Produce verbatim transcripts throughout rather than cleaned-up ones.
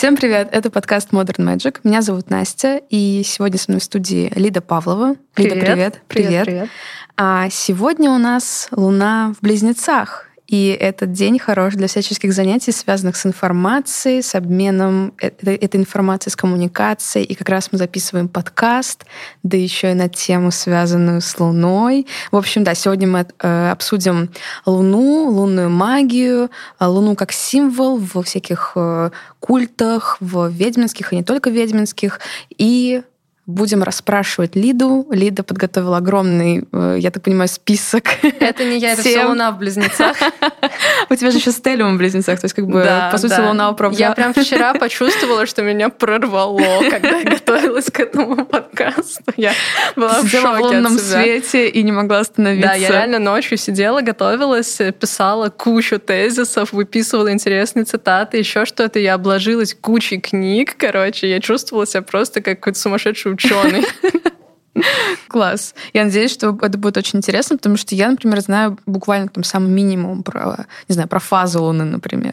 Всем привет, это подкаст Modern Magic. Меня зовут Настя, и сегодня со мной в студии Лида Павлова. Привет. Лида, привет. Привет, привет. привет. А сегодня у нас Луна в Близнецах. И этот день хорош для всяческих занятий, связанных с информацией, с обменом этой, этой информации, с коммуникацией. И как раз мы записываем подкаст, да еще и на тему, связанную с Луной. В общем, да, сегодня мы э, обсудим Луну, лунную магию, Луну как символ во всяких э, культах, в ведьминских и не только ведьминских. И будем расспрашивать Лиду. Лида подготовила огромный, я так понимаю, список. Это не я, это все Луна в Близнецах. У тебя же еще Стеллиум в Близнецах, то есть как бы, да, по сути, да. Луна управляет. Я прям вчера почувствовала, что меня прорвало, когда я готовилась к этому подкасту. Я была в шоке в лунном свете и не могла остановиться. Да, я реально ночью сидела, готовилась, писала кучу тезисов, выписывала интересные цитаты, еще что-то. Я обложилась кучей книг, короче. Я чувствовала себя просто как какой-то сумасшедший ученый. Класс. Я надеюсь, что это будет очень интересно, потому что я, например, знаю буквально там самый минимум про, не знаю, про фазу Луны, например.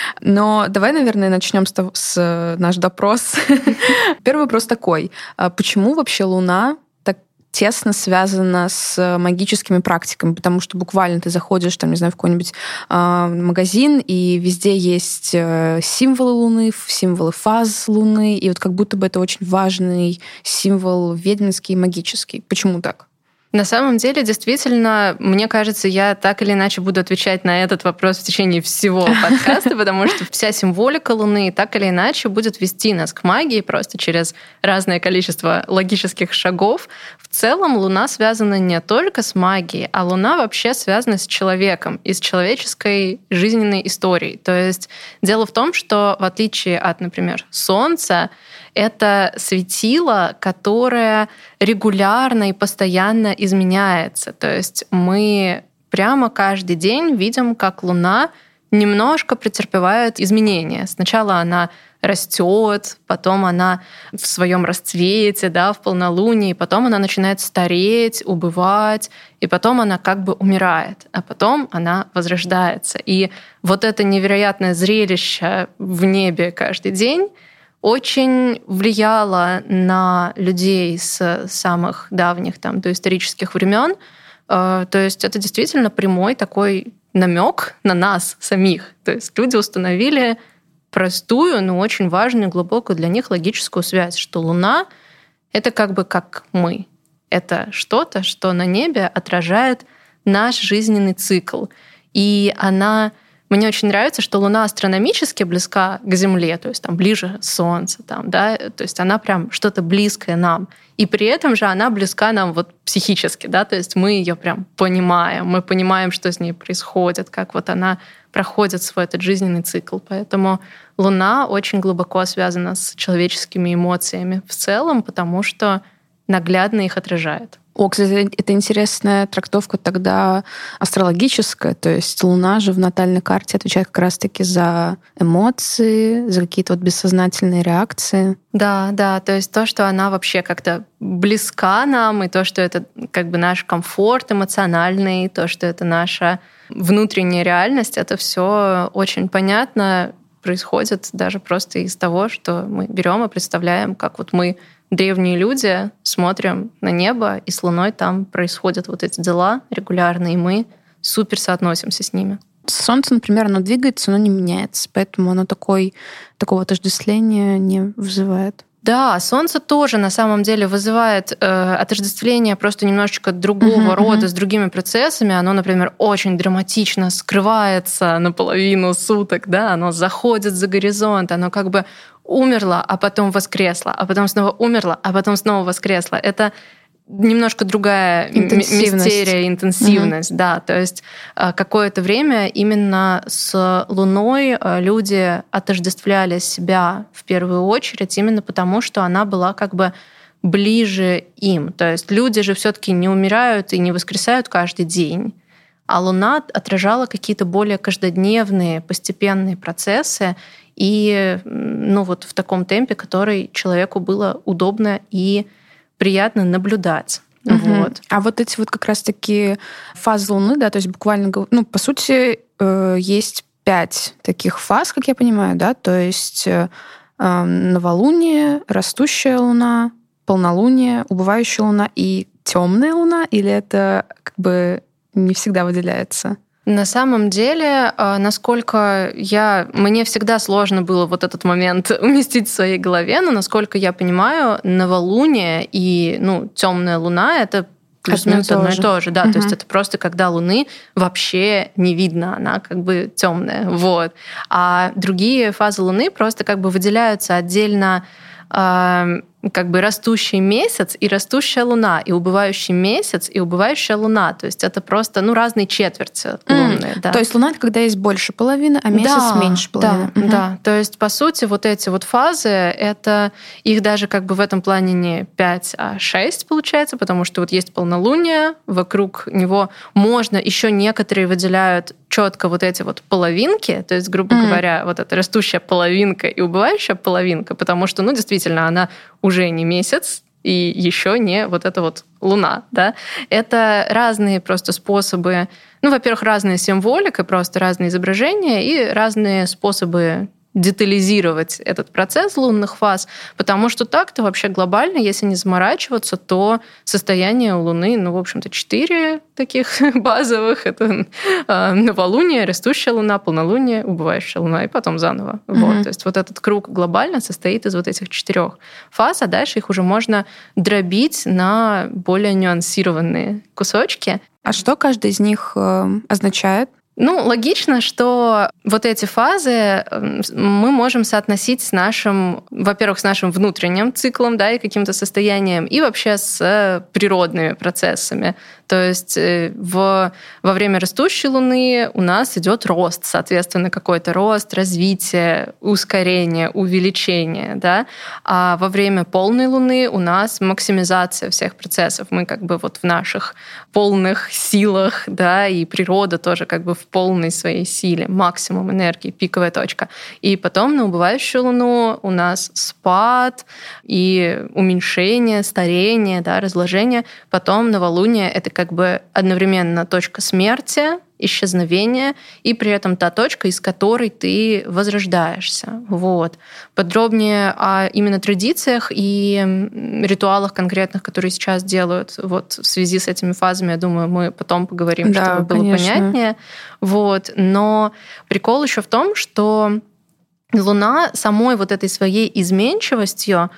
Но давай, наверное, начнем с, того, с наш допрос. Первый вопрос такой. Почему вообще Луна так тесно связана с магическими практиками? Потому что буквально ты заходишь, там, не знаю, в какой-нибудь э, магазин, и везде есть э, символы Луны, символы фаз Луны, и вот как будто бы это очень важный символ ведьминский и магический. Почему так? На самом деле, действительно, мне кажется, я так или иначе буду отвечать на этот вопрос в течение всего подкаста, потому что вся символика Луны так или иначе будет вести нас к магии просто через разное количество логических шагов. В целом Луна связана не только с магией, а Луна вообще связана с человеком и с человеческой жизненной историей. То есть дело в том, что в отличие от, например, Солнца, это светило, которое регулярно и постоянно изменяется. То есть мы прямо каждый день видим, как Луна немножко претерпевает изменения. Сначала она растет, потом она в своем расцвете, да, в полнолунии, потом она начинает стареть, убывать, и потом она как бы умирает, а потом она возрождается. И вот это невероятное зрелище в небе каждый день очень влияло на людей с самых давних там, доисторических времен. То есть это действительно прямой такой намек на нас самих. То есть люди установили простую, но очень важную, глубокую для них логическую связь, что Луна — это как бы как мы. Это что-то, что на небе отражает наш жизненный цикл. И она... Мне очень нравится, что Луна астрономически близка к Земле, то есть там ближе Солнца, там, да, то есть она прям что-то близкое нам. И при этом же она близка нам вот психически, да, то есть мы ее прям понимаем, мы понимаем, что с ней происходит, как вот она проходит свой этот жизненный цикл. Поэтому Луна очень глубоко связана с человеческими эмоциями в целом, потому что наглядно их отражает. О, кстати, это интересная трактовка тогда астрологическая, то есть Луна же в натальной карте отвечает как раз-таки за эмоции, за какие-то вот бессознательные реакции. Да, да, то есть то, что она вообще как-то близка нам, и то, что это как бы наш комфорт эмоциональный, то, что это наша внутренняя реальность, это все очень понятно происходит даже просто из того, что мы берем и представляем, как вот мы древние люди смотрим на небо, и с Луной там происходят вот эти дела регулярно, и мы супер соотносимся с ними. Солнце, например, оно двигается, но не меняется, поэтому оно такой, такого отождествления не вызывает. Да, Солнце тоже на самом деле вызывает э, отождествление просто немножечко другого uh-huh, рода, uh-huh. с другими процессами. Оно, например, очень драматично скрывается наполовину суток, да, оно заходит за горизонт, оно как бы умерло, а потом воскресло, а потом снова умерло, а потом снова воскресло. Это немножко другая мистерия, интенсивность, угу. да. То есть какое-то время именно с Луной люди отождествляли себя в первую очередь именно потому, что она была как бы ближе им. То есть люди же все-таки не умирают и не воскресают каждый день, а Луна отражала какие-то более каждодневные, постепенные процессы и ну, вот в таком темпе, который человеку было удобно и приятно наблюдать. Угу. Вот. А вот эти вот как раз-таки фазы Луны, да, то есть буквально, ну, по сути, есть пять таких фаз, как я понимаю, да, то есть новолуние, растущая луна, полнолуние, убывающая луна и темная луна, или это как бы не всегда выделяется? На самом деле, насколько я... Мне всегда сложно было вот этот момент уместить в своей голове, но, насколько я понимаю, новолуние и ну, темная луна — это плюс-минус одно и то же. Да, угу. То есть это просто когда Луны вообще не видно, она как бы темная. Вот. А другие фазы Луны просто как бы выделяются отдельно, как бы растущий месяц и растущая луна, и убывающий месяц и убывающая луна. То есть это просто ну, разные четверти лунные. Mm. Да. То есть луна — это когда есть больше половины, а месяц да, меньше половины. Да, угу. да. То есть, по сути, вот эти вот фазы, это их даже как бы в этом плане не пять, а шесть получается, потому что вот есть полнолуние, вокруг него можно, еще некоторые выделяют четко вот эти вот половинки, то есть, грубо mm. говоря, вот эта растущая половинка и убывающая половинка, потому что, ну, действительно, она уже не месяц, и еще не вот эта вот луна, да. Это разные просто способы, ну, во-первых, разная символика, просто разные изображения и разные способы детализировать этот процесс лунных фаз, потому что так-то вообще глобально, если не заморачиваться, то состояние Луны, ну, в общем-то, четыре таких базовых. Это новолуние, растущая Луна, полнолуние, убывающая Луна, и потом заново. Mm-hmm. Вот. То есть вот этот круг глобально состоит из вот этих четырех фаз, а дальше их уже можно дробить на более нюансированные кусочки. А что каждый из них означает? Ну, логично, что вот эти фазы мы можем соотносить с нашим, во-первых, с нашим внутренним циклом, да, и каким-то состоянием, и вообще с природными процессами. То есть в, во время растущей Луны у нас идет рост, соответственно, какой-то рост, развитие, ускорение, увеличение, да, а во время полной Луны у нас максимизация всех процессов. Мы как бы вот в наших полных силах, да, и природа тоже как бы в полной своей силе, максимум энергии, пиковая точка. И потом на убывающую Луну у нас спад и уменьшение, старение, да, разложение. Потом новолуние — это как бы одновременно точка смерти, исчезновения, и при этом та точка, из которой ты возрождаешься. Вот. Подробнее о именно традициях и ритуалах конкретных, которые сейчас делают вот в связи с этими фазами, я думаю, мы потом поговорим, да, чтобы было конечно. понятнее. Вот. Но прикол еще в том, что Луна самой вот этой своей изменчивостью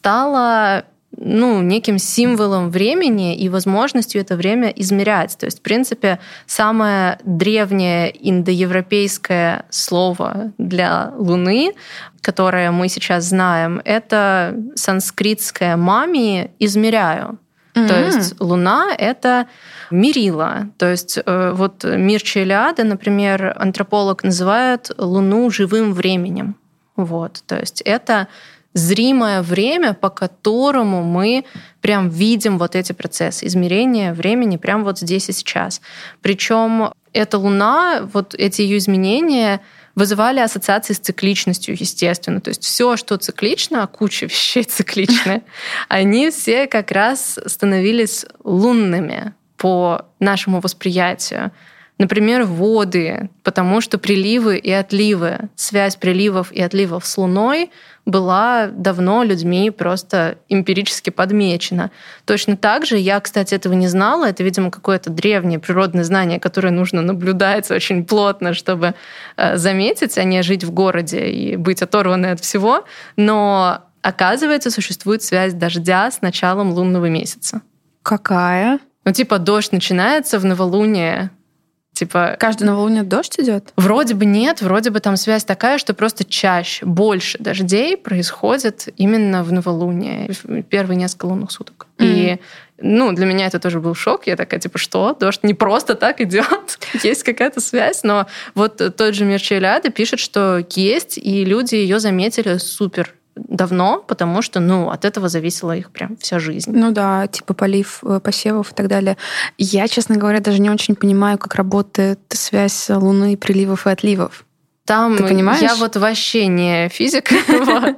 стала ну, неким символом времени и возможностью это время измерять. То есть, в принципе, самое древнее индоевропейское слово для Луны, которое мы сейчас знаем, это санскритское «мами» — «измеряю». Mm-hmm. То есть Луна — это мерило. То есть вот Мирча Элиада, например, антрополог называет Луну живым временем. Вот. То есть это зримое время, по которому мы прям видим вот эти процессы измерения времени прямо вот здесь и сейчас. Причем эта Луна, вот эти ее изменения вызывали ассоциации с цикличностью, естественно. То есть все, что циклично, а куча вещей цикличные, они все как раз становились лунными по нашему восприятию. Например, воды, потому что приливы и отливы, связь приливов и отливов с Луной была давно людьми просто эмпирически подмечена. Точно так же, я, кстати, этого не знала, это, видимо, какое-то древнее природное знание, которое нужно наблюдать очень плотно, чтобы заметить, а не жить в городе и быть оторванной от всего. Но, оказывается, существует связь дождя с началом лунного месяца. Какая? Ну, типа, дождь начинается в новолуние. Типа, каждое новолуние дождь идет? Вроде бы нет, вроде бы там связь такая, что просто чаще, больше дождей происходит именно в новолуние, в первые несколько лунных суток. Mm-hmm. И ну, для меня это тоже был шок. Я такая, типа, что? Дождь не просто так идет, есть какая-то связь. Но вот тот же Мирча Элиада пишет, что есть, и люди ее заметили супер давно, потому что, ну, от этого зависела их прям вся жизнь. Ну да, типа полив посевов и так далее. Я, честно говоря, даже не очень понимаю, как работает связь Луны, приливов и отливов. Там Ты понимаешь? Я вот вообще не физик. Вот.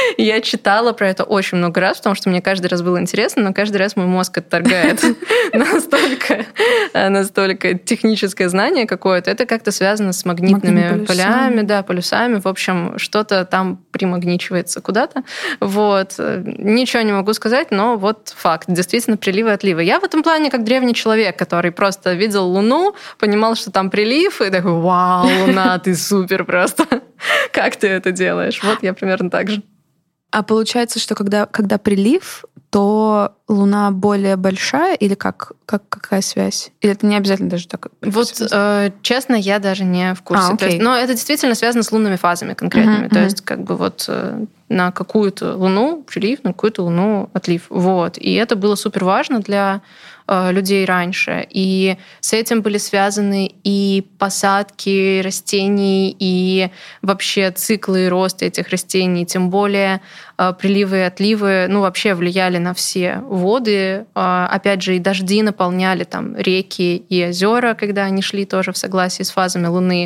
Я читала про это очень много раз, потому что мне каждый раз было интересно, но каждый раз мой мозг отторгает настолько, настолько техническое знание какое-то. Это как-то связано с магнитными полями, да, полюсами. В общем, что-то там примагничивается куда-то. Вот. Ничего не могу сказать, но вот факт. Действительно, приливы и отливы. Я в этом плане как древний человек, который просто видел Луну, понимал, что там прилив, и такой: вау, Луна, ты супер просто. Как ты это делаешь? Вот я примерно так же. А получается, что когда, когда прилив, то Луна более большая, или как, как какая связь? Или это не обязательно даже так? Вот, э, честно, я даже не в курсе. А, то есть, но это действительно связано с лунными фазами конкретными. Uh-huh, то uh-huh. есть, как бы вот э, на какую-то Луну прилив, на какую-то Луну отлив. Вот. И это было супер важно для э, людей раньше. И с этим были связаны и посадки растений, и вообще циклы роста этих растений. Тем более э, приливы и отливы, ну, вообще влияли на все воды. Э, опять же, и дожди наполняли там реки и озера, когда они шли тоже в согласии с фазами Луны.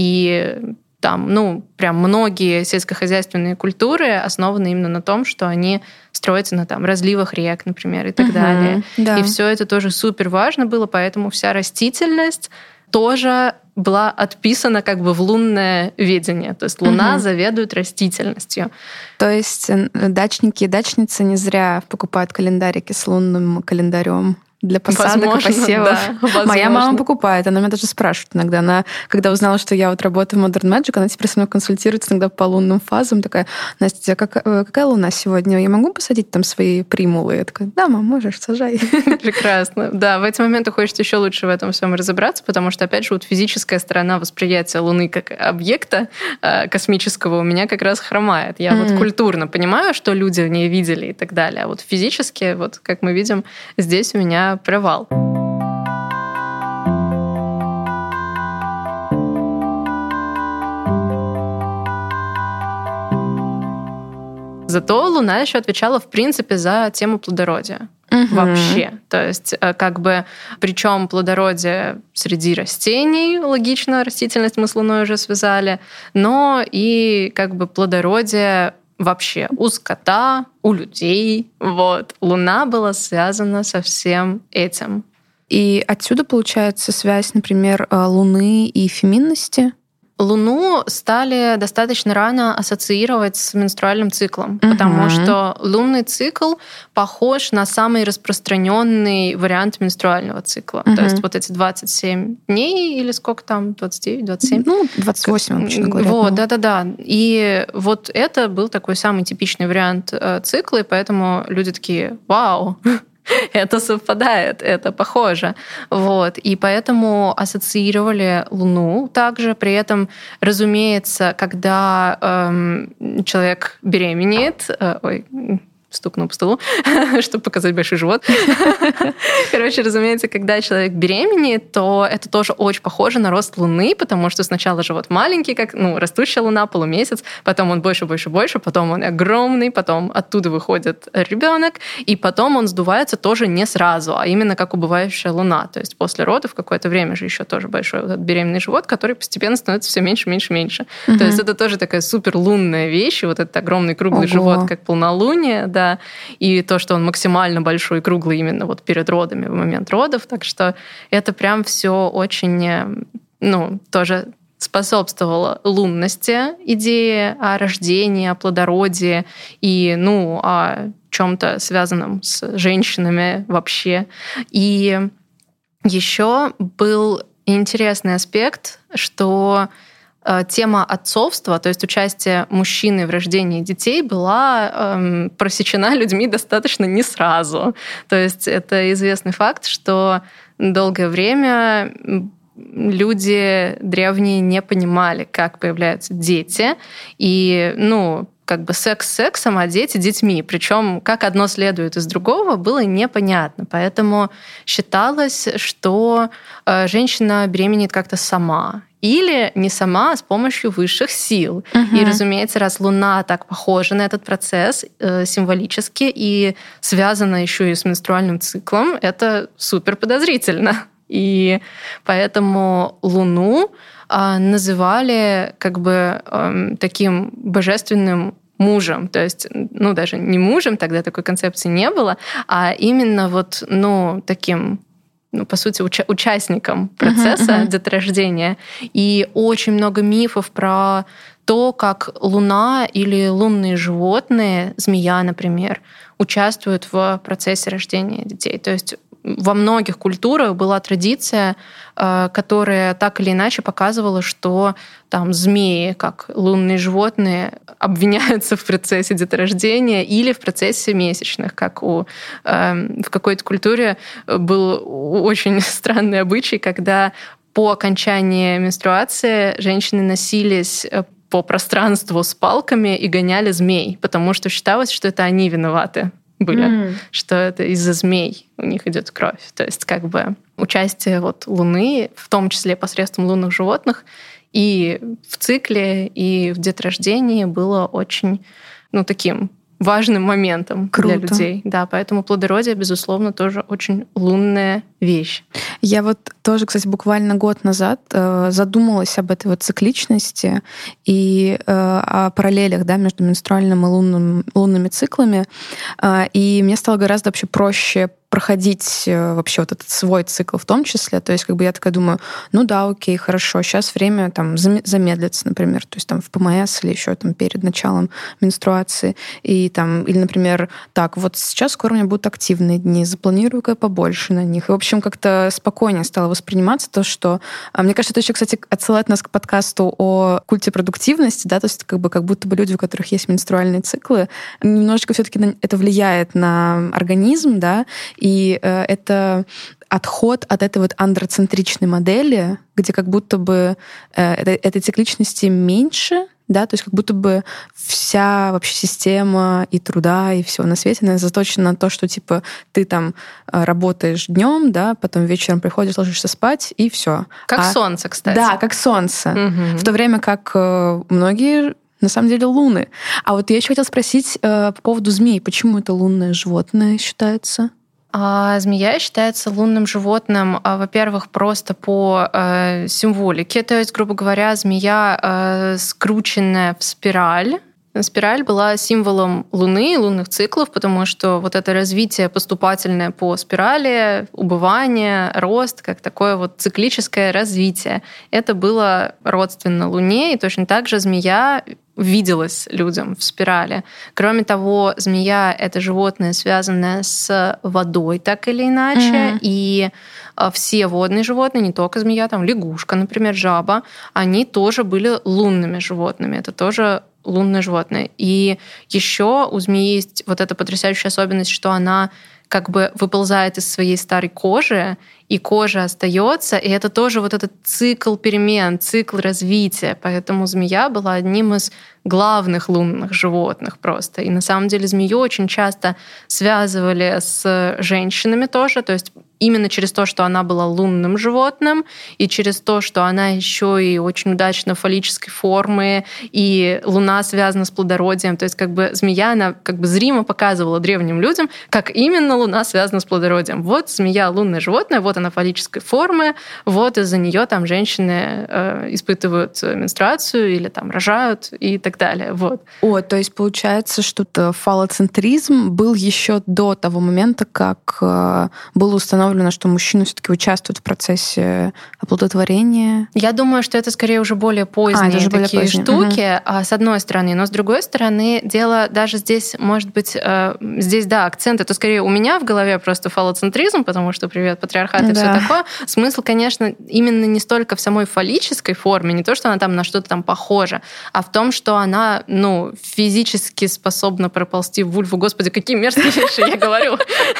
И там, ну, прям многие сельскохозяйственные культуры основаны именно на том, что они строятся на там разливах рек, например, и так угу, далее. Да. И все это тоже супер важно было, поэтому вся растительность тоже была отписана как бы в лунное ведение. То есть Луна угу. заведует растительностью. То есть дачники и дачницы не зря покупают календарики с лунным календарем для посадок возможно, и посевов. Да, моя мама покупает, она меня даже спрашивает иногда. Она, когда узнала, что я вот работаю в Modern Magic, она теперь со мной консультируется иногда по лунным фазам. Такая: Настя, как, какая луна сегодня? Я могу посадить там свои примулы? Я такая: да, мам, можешь, сажай. Прекрасно. Да, в эти моменты хочется еще лучше в этом всем разобраться, потому что, опять же, вот физическая сторона восприятия Луны как объекта космического у меня как раз хромает. Я mm-hmm. вот культурно понимаю, что люди в ней видели и так далее, а вот физически, вот как мы видим, здесь у меня провал. Зато Луна еще отвечала, в принципе, за тему плодородия. Угу. Вообще. То есть, как бы, причем плодородие среди растений, логично, растительность мы с Луной уже связали, но и как бы плодородие вообще у скота, у людей. Вот. Луна была связана со всем этим. И отсюда получается связь, например, Луны и феминности? Луну стали достаточно рано ассоциировать с менструальным циклом, угу. потому что лунный цикл похож на самый распространенный вариант менструального цикла. Угу. То есть вот эти двадцать семь дней или сколько там, двадцать девять, двадцать семь? Ну, двадцать восемь обычно говорят. Вот, да-да-да. И вот это был такой самый типичный вариант цикла, и поэтому люди такие: вау, это совпадает, это похоже. Вот. И поэтому ассоциировали Луну также. При этом, разумеется, когда эм, человек беременеет... Э, ой, стукнул по столу, чтобы показать большой живот. Короче, разумеется, когда человек беременеет, то это тоже очень похоже на рост Луны, потому что сначала живот маленький, как ну, растущая Луна, полумесяц, потом он больше, больше, больше, потом он огромный, потом оттуда выходит ребенок, и потом он сдувается тоже не сразу, а именно как убывающая Луна. То есть после родов какое-то время же еще тоже большой вот этот беременный живот, который постепенно становится все меньше, меньше, меньше. Угу. То есть это тоже такая супер лунная вещь, и вот этот огромный круглый Ого. живот, как полнолуние, да, и то, что он максимально большой и круглый именно вот перед родами, в момент родов. Так что это прям все очень, ну, тоже способствовало лунности, идеи о рождении, о плодородии и, ну, о чем-то связанном с женщинами вообще. И еще был интересный аспект, что тема отцовства, то есть участие мужчины в рождении детей, была эм, просечена людьми достаточно не сразу. То есть это известный факт, что долгое время люди древние не понимали, как появляются дети, и, ну, как бы секс сексом, а дети детьми. Причем как одно следует из другого, было непонятно. Поэтому считалось, что женщина беременеет как-то сама. Или не сама, а с помощью высших сил. Угу. И, разумеется, раз Луна так похожа на этот процесс э, символически и связана еще и с менструальным циклом, это супер подозрительно. И поэтому Луну э, называли как бы э, таким божественным мужем. То есть, ну, даже не мужем, тогда такой концепции не было, а именно вот, ну, таким, ну, по сути, уча- участником процесса uh-huh, uh-huh. деторождения. И очень много мифов про то, как луна или лунные животные, змея, например, участвуют в процессе рождения детей. То есть во многих культурах была традиция, которая так или иначе показывала, что там змеи, как лунные животные, обвиняются в процессе деторождения или в процессе месячных, как у, в какой-то культуре был очень странный обычай, когда по окончании менструации женщины носились по пространству с палками и гоняли змей, потому что считалось, что это они виноваты были, mm. что это из-за змей у них идет кровь. То есть как бы участие вот Луны, в том числе посредством лунных животных, и в цикле, и в деторождении было очень, ну, таким важным моментом Круто. Для людей. Да, поэтому плодородие, безусловно, тоже очень лунная вещь. Я вот тоже, кстати, буквально год назад э, задумалась об этой вот цикличности и э, о параллелях, да, между менструальным и лунным, лунными циклами. Э, и мне стало гораздо вообще проще проходить вообще вот этот свой цикл в том числе. То есть как бы я такая думаю, ну да, окей, хорошо, сейчас время там замедлится, например, то есть там в ПМС или еще там перед началом менструации. И там, или, например, так, вот сейчас скоро у меня будут активные дни, запланирую-ка побольше на них. И, в общем, как-то спокойнее стало восприниматься то, что... Мне кажется, это еще, кстати, отсылает нас к подкасту о культе продуктивности, да, то есть как бы как будто бы люди, у которых есть менструальные циклы, немножечко все-таки это влияет на организм, да, и э, это отход от этой вот андроцентричной модели, где как будто бы э, этой, этой цикличности меньше, да, то есть как будто бы вся вообще система и труда, и всего на свете, она заточена на то, что типа ты там работаешь днем, да, потом вечером приходишь, ложишься спать, и все. Как а, солнце, кстати. Да, как солнце. Угу. В то время как э, многие на самом деле луны. А вот я еще хотела спросить э, по поводу змей. Почему это лунное животное считается? А змея считается лунным животным, во-первых, просто по э, символике. То есть, грубо говоря, змея э, скрученная в спираль. Спираль была символом Луны, лунных циклов, потому что вот это развитие поступательное по спирали, убывание, рост, как такое вот циклическое развитие, это было родственно Луне, и точно так же змея виделась людям в спирали. Кроме того, змея — это животное, связанное с водой так или иначе, mm-hmm. и все водные животные, не только змея, там лягушка, например, жаба, они тоже были лунными животными. Это тоже лунное животное. И еще у змеи есть вот эта потрясающая особенность, что она как бы выползает из своей старой кожи, и кожа остается, и это тоже вот этот цикл перемен, цикл развития. Поэтому змея была одним из главных лунных животных просто. И на самом деле змею очень часто связывали с женщинами тоже, то есть именно через то, что она была лунным животным, и через то, что она еще и очень удачно фаллической формы, и луна связана с плодородием. То есть как бы змея, она как бы зримо показывала древним людям, как именно луна связана с плодородием. Вот змея — лунное животное, вот она фаллической формы, вот из-за нее там женщины э, испытывают менструацию или там рожают и так далее. Вот. О, то есть получается, что фаллоцентризм был еще до того момента, как э, было установлено, что мужчины все-таки участвуют в процессе оплодотворения? Я думаю, что это скорее уже более поздние а, такие более поздние. штуки, угу. с одной стороны. Но с другой стороны, дело даже здесь, может быть, э, здесь, да, акцент, это скорее у меня в голове просто фаллоцентризм, потому что привет, патриархат и да. все такое. Смысл, конечно, именно не столько в самой фаллической форме, не то, что она там на что-то там похожа, а в том, что она, ну, физически способна проползти в вульву. Господи, какие мерзкие вещи я говорю.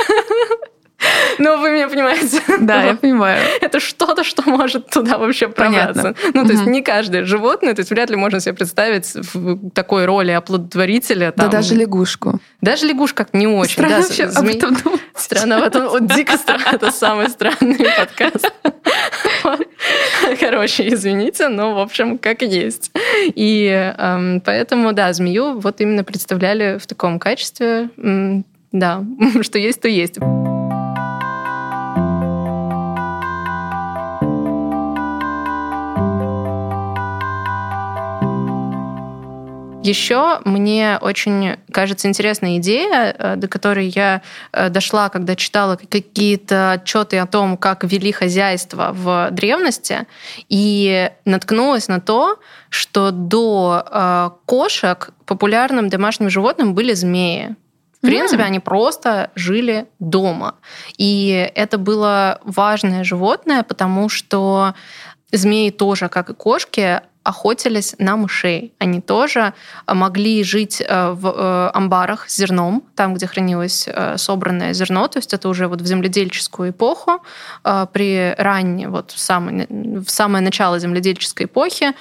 Ну, вы меня понимаете. Да, я понимаю. Это что-то, что может туда вообще пробраться. Ну, то есть не каждое животное, то есть вряд ли можно себе представить в такой роли оплодотворителя. Да даже лягушку. Даже лягушка как не очень. Странно вообще об этом думать. Странно об этом. Дико странно. Это самый странный подкаст. Короче, извините, но, в общем, как есть. И поэтому, да, змею вот именно представляли в таком качестве. Да, что есть, то есть. Еще мне очень кажется интересная идея, до которой я дошла, когда читала какие-то отчеты о том, как вели хозяйство в древности, и наткнулась на то, что до кошек популярным домашним животным были змеи. В принципе, mm. они просто жили дома. И это было важное животное, потому что змеи тоже, как и кошки, охотились на мышей. Они тоже могли жить в амбарах с зерном, там, где хранилось собранное зерно, то есть это уже вот в земледельческую эпоху, при ранней, вот в самое, в самое начало земледельческой эпохи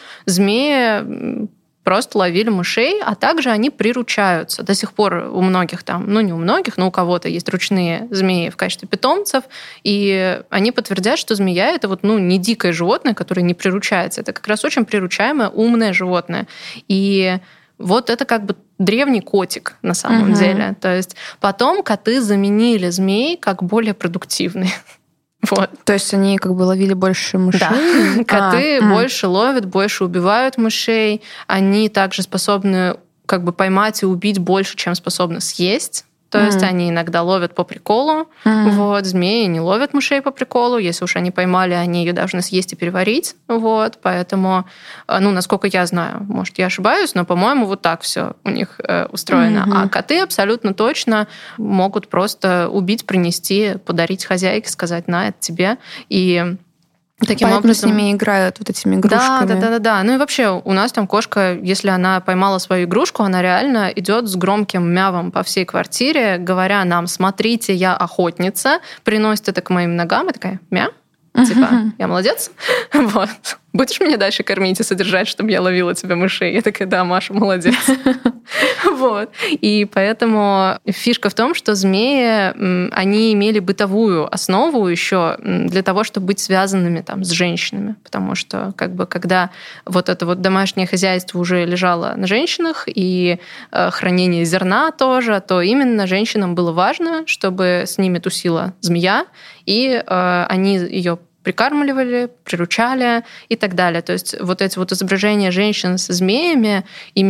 змеи просто ловили мышей, а также они приручаются. До сих пор у многих там, ну не у многих, но у кого-то есть ручные змеи в качестве питомцев, и они подтвердят, что змея — это вот, ну, не дикое животное, которое не приручается. Это как раз очень приручаемое, умное животное. И вот это как бы древний котик на самом uh-huh. деле. То есть потом коты заменили змей как более продуктивные. Вот. То есть они как бы ловили больше мышей? Да. Коты а, больше м. ловят, больше убивают мышей. Они также способны как бы поймать и убить больше, чем способны съесть. То mm. есть они иногда ловят по приколу. Mm. Вот. Змеи не ловят мышей по приколу. Если уж они поймали, они ее должны съесть и переварить. Вот. Поэтому, ну, насколько я знаю, может, я ошибаюсь, но, по-моему, вот так все у них устроено. Mm-hmm. А коты абсолютно точно могут просто убить, принести, подарить хозяйке, сказать: на, это тебе. И таким Поэтому образом с ними играют вот этими игрушками. Да, да, да, да, да. Ну и вообще у нас там кошка, если она поймала свою игрушку, она реально идет с громким мявом по всей квартире, говоря нам: смотрите, я охотница, приносит это к моим ногам, и такая: мя, типа, я молодец, вот. Будешь меня дальше кормить и содержать, чтобы я ловила тебя мышей? Я такая: да, Маша, молодец. Вот. И поэтому фишка в том, что змеи, они имели бытовую основу еще для того, чтобы быть связанными там с женщинами. Потому что как бы когда вот это вот домашнее хозяйство уже лежало на женщинах, и хранение зерна тоже, то именно женщинам было важно, чтобы с ними тусила змея, и они ее прикармливали, приручали и так далее. То есть вот эти вот изображения женщин со змеями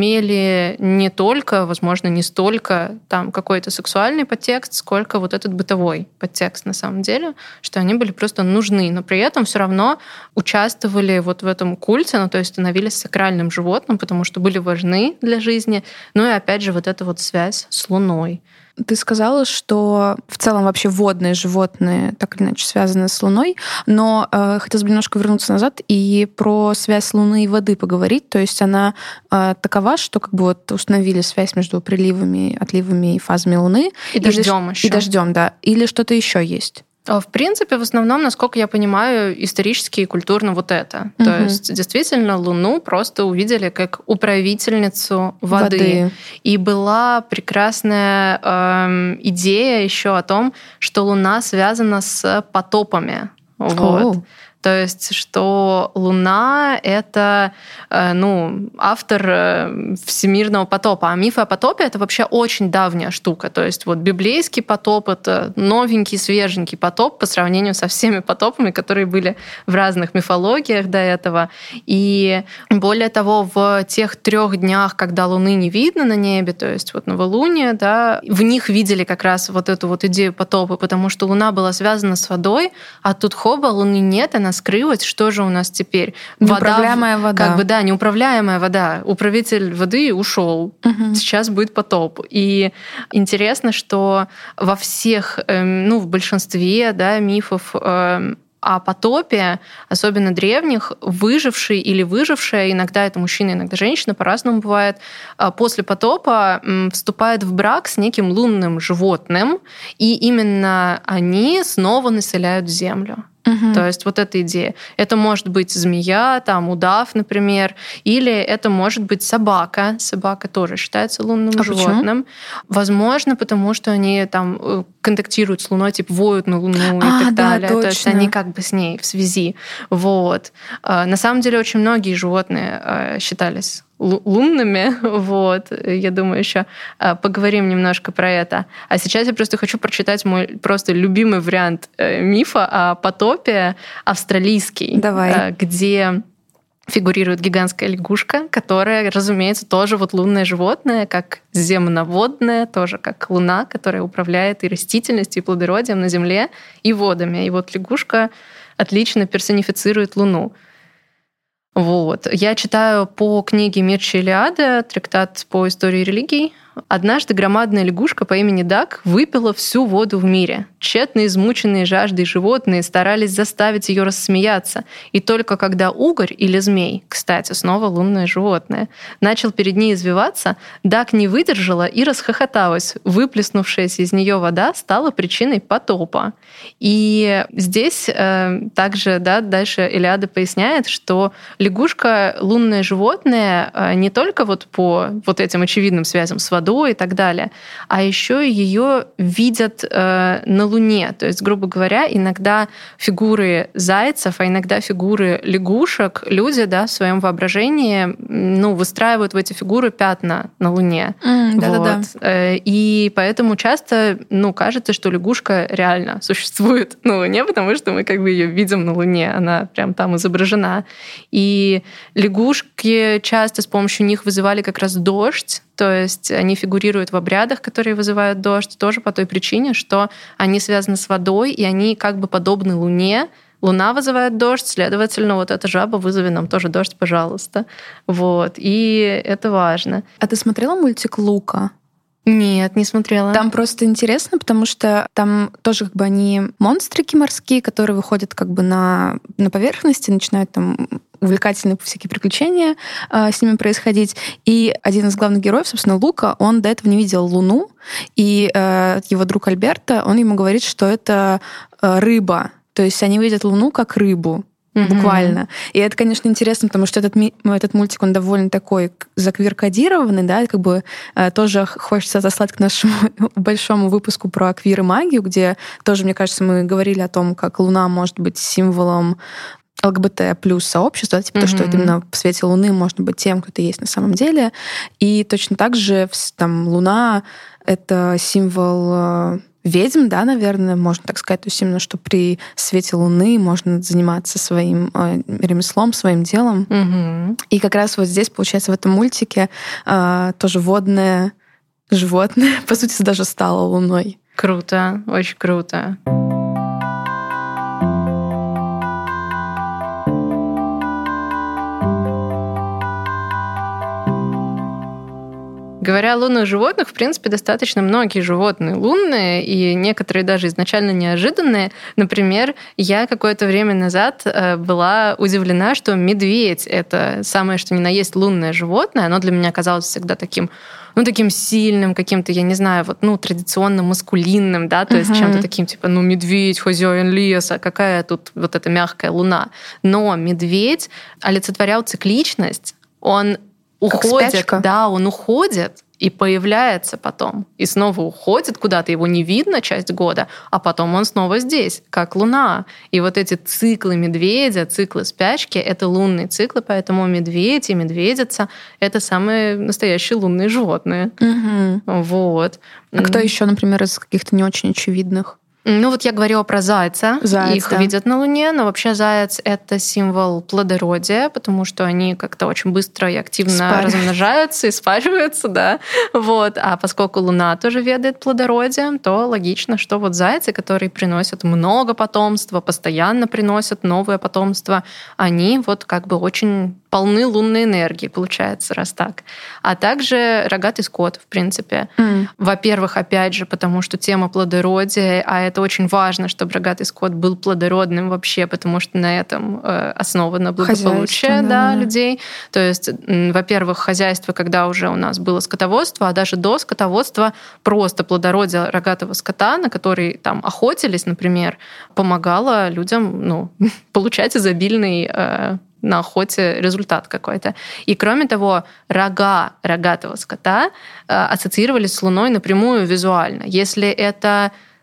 имели не только, возможно, не столько там какой-то сексуальный подтекст, сколько вот этот бытовой подтекст на самом деле, что они были просто нужны, но при этом все равно участвовали вот в этом культе, ну то есть становились сакральным животным, потому что были важны для жизни. Ну и опять же вот эта вот связь с Луной. Ты сказала, что в целом вообще водные животные так или иначе связаны с Луной, но э, хотелось бы немножко вернуться назад и про связь Луны и воды поговорить. То есть она э, такова, что как бы вот установили связь между приливами, отливами и фазами Луны. И дождем еще. И дождем, да. Или что-то еще есть? В принципе, в основном, насколько я понимаю, исторически и культурно вот это. Угу. То есть, действительно, Луну просто увидели как управительницу воды. воды. И была прекрасная э, идея еще о том, что Луна связана с потопами. Вот. То есть, что Луна — это ну, автор всемирного потопа. А мифы о потопе — это вообще очень давняя штука. То есть вот библейский потоп — это новенький, свеженький потоп по сравнению со всеми потопами, которые были в разных мифологиях до этого. И более того, в тех трех днях, когда Луны не видно на небе, то есть вот новолуние, да, в них видели как раз вот эту вот идею потопа, потому что Луна была связана с водой, а тут хоба, Луны нет, она скрылась. Что же у нас теперь? Неуправляемая вода. Как бы, да, неуправляемая вода. Управитель воды ушел. Угу. Сейчас будет потоп. И интересно, что во всех, ну, в большинстве, да, мифов о потопе, особенно древних, выживший или выжившая, иногда это мужчина, иногда женщина, по-разному бывает, после потопа вступает в брак с неким лунным животным, и именно они снова населяют Землю. Угу. То есть вот эта идея. Это может быть змея, там, удав, например, или это может быть собака. Собака тоже считается лунным а животным. Почему? Возможно, потому что они там контактируют с Луной, типа воют на Луну а, и так да, далее. точно. То есть они как бы с ней в связи. Вот. На самом деле очень многие животные считались лунными, вот, я думаю, еще поговорим немножко про это. А сейчас я просто хочу прочитать мой просто любимый вариант мифа о потопе австралийский, Давай. где фигурирует гигантская лягушка, которая, разумеется, тоже вот лунное животное, как земноводное, тоже как луна, которая управляет и растительностью, и плодородием на Земле, и водами. И вот лягушка отлично персонифицирует Луну. Вот. Я читаю по книге Мирча Илиада, трактат по истории религий. Однажды громадная лягушка по имени Дак выпила всю воду в мире. Тщетно измученные жаждой животные старались заставить ее рассмеяться. И только когда угорь или змей, кстати, снова лунное животное, начал перед ней извиваться, Дак не выдержала и расхохоталась. Выплеснувшаяся из нее вода стала причиной потопа. И здесь э, также да, дальше Илиада поясняет, что лягушка — лунное животное э, не только вот по вот этим очевидным связям с водой и так далее, а еще ее видят э, на Луне. То есть, грубо говоря, иногда фигуры зайцев, а иногда фигуры лягушек люди да, в своем воображении ну, выстраивают в эти фигуры пятна на Луне. Mm, вот. Да-да-да. И поэтому часто ну, кажется, что лягушка реально существует на Луне, потому что мы как бы ее видим на Луне, она прям там изображена. И лягушки часто с помощью них вызывали как раз дождь, то есть они фигурируют в обрядах, которые вызывают дождь, тоже по той причине, что они связаны с водой, и они как бы подобны Луне. Луна вызывает дождь, следовательно, вот эта жаба вызови нам тоже дождь, пожалуйста. Вот. И это важно. А ты смотрела мультик «Лука»? Нет, не смотрела. Там просто интересно, потому что там тоже как бы они монстрики морские, которые выходят как бы на, на поверхность и начинают там увлекательные всякие приключения э, с ними происходить. И один из главных героев, собственно, Лука, он до этого не видел Луну, и э, его друг Альберто, он ему говорит, что это э, рыба. То есть они видят Луну как рыбу. Буквально. Mm-hmm. И это, конечно, интересно, потому что этот, этот мультик, он довольно такой заквир-кодированный, да, как бы э, тоже хочется отослать к нашему большому выпуску про квир и магию, где тоже, мне кажется, мы говорили о том, как Луна может быть символом ЛГБТ плюс сообщества, типа mm-hmm. то, что это именно в свете Луны можно быть тем, кто ты есть на самом деле. И точно так же там Луна — это символ ведьм, да, наверное, можно так сказать. То есть именно, что при свете Луны можно заниматься своим э, ремеслом, своим делом. Mm-hmm. И как раз вот здесь, получается, в этом мультике э, тоже водное животное, по сути, даже стало Луной. Круто, очень круто. Говоря о лунных животных, в принципе, достаточно многие животные лунные, и некоторые даже изначально неожиданные. Например, я какое-то время назад была удивлена, что медведь — это самое что ни на есть лунное животное. Оно для меня казалось всегда таким, ну, таким сильным, каким-то, я не знаю, вот, ну, традиционно маскулинным, да, то uh-huh. есть чем-то таким, типа, ну, медведь, хозяин леса, какая тут вот эта мягкая луна. Но медведь олицетворял цикличность, он уходит, да, он уходит и появляется потом, и снова уходит куда-то, его не видно часть года, а потом он снова здесь, как луна. И вот эти циклы медведя, циклы спячки — это лунные циклы, поэтому медведь и медведица — это самые настоящие лунные животные. Угу. Вот. А кто еще, например, из каких-то не очень очевидных? Ну вот я говорила про зайца. Заяц, Их да. видят на Луне, но вообще заяц — это символ плодородия, потому что они как-то очень быстро и активно Спарь. размножаются и спариваются, да. Вот. А поскольку Луна тоже ведает плодородием, то логично, что вот зайцы, которые приносят много потомства, постоянно приносят новое потомство, они вот как бы очень полны лунной энергии, получается, раз так. А также рогатый скот, в принципе. Mm. Во-первых, опять же, потому что тема плодородия, а это очень важно, чтобы рогатый скот был плодородным вообще, потому что на этом э, основано благополучие да, да. людей. То есть, м, во-первых, хозяйство, когда уже у нас было скотоводство, а даже до скотоводства просто плодородие рогатого скота, на который там охотились, например, помогало людям ну, получать изобильный э, на охоте результат какой-то. И кроме того, рога рогатого скота э, ассоциировались с Луной напрямую визуально. Если это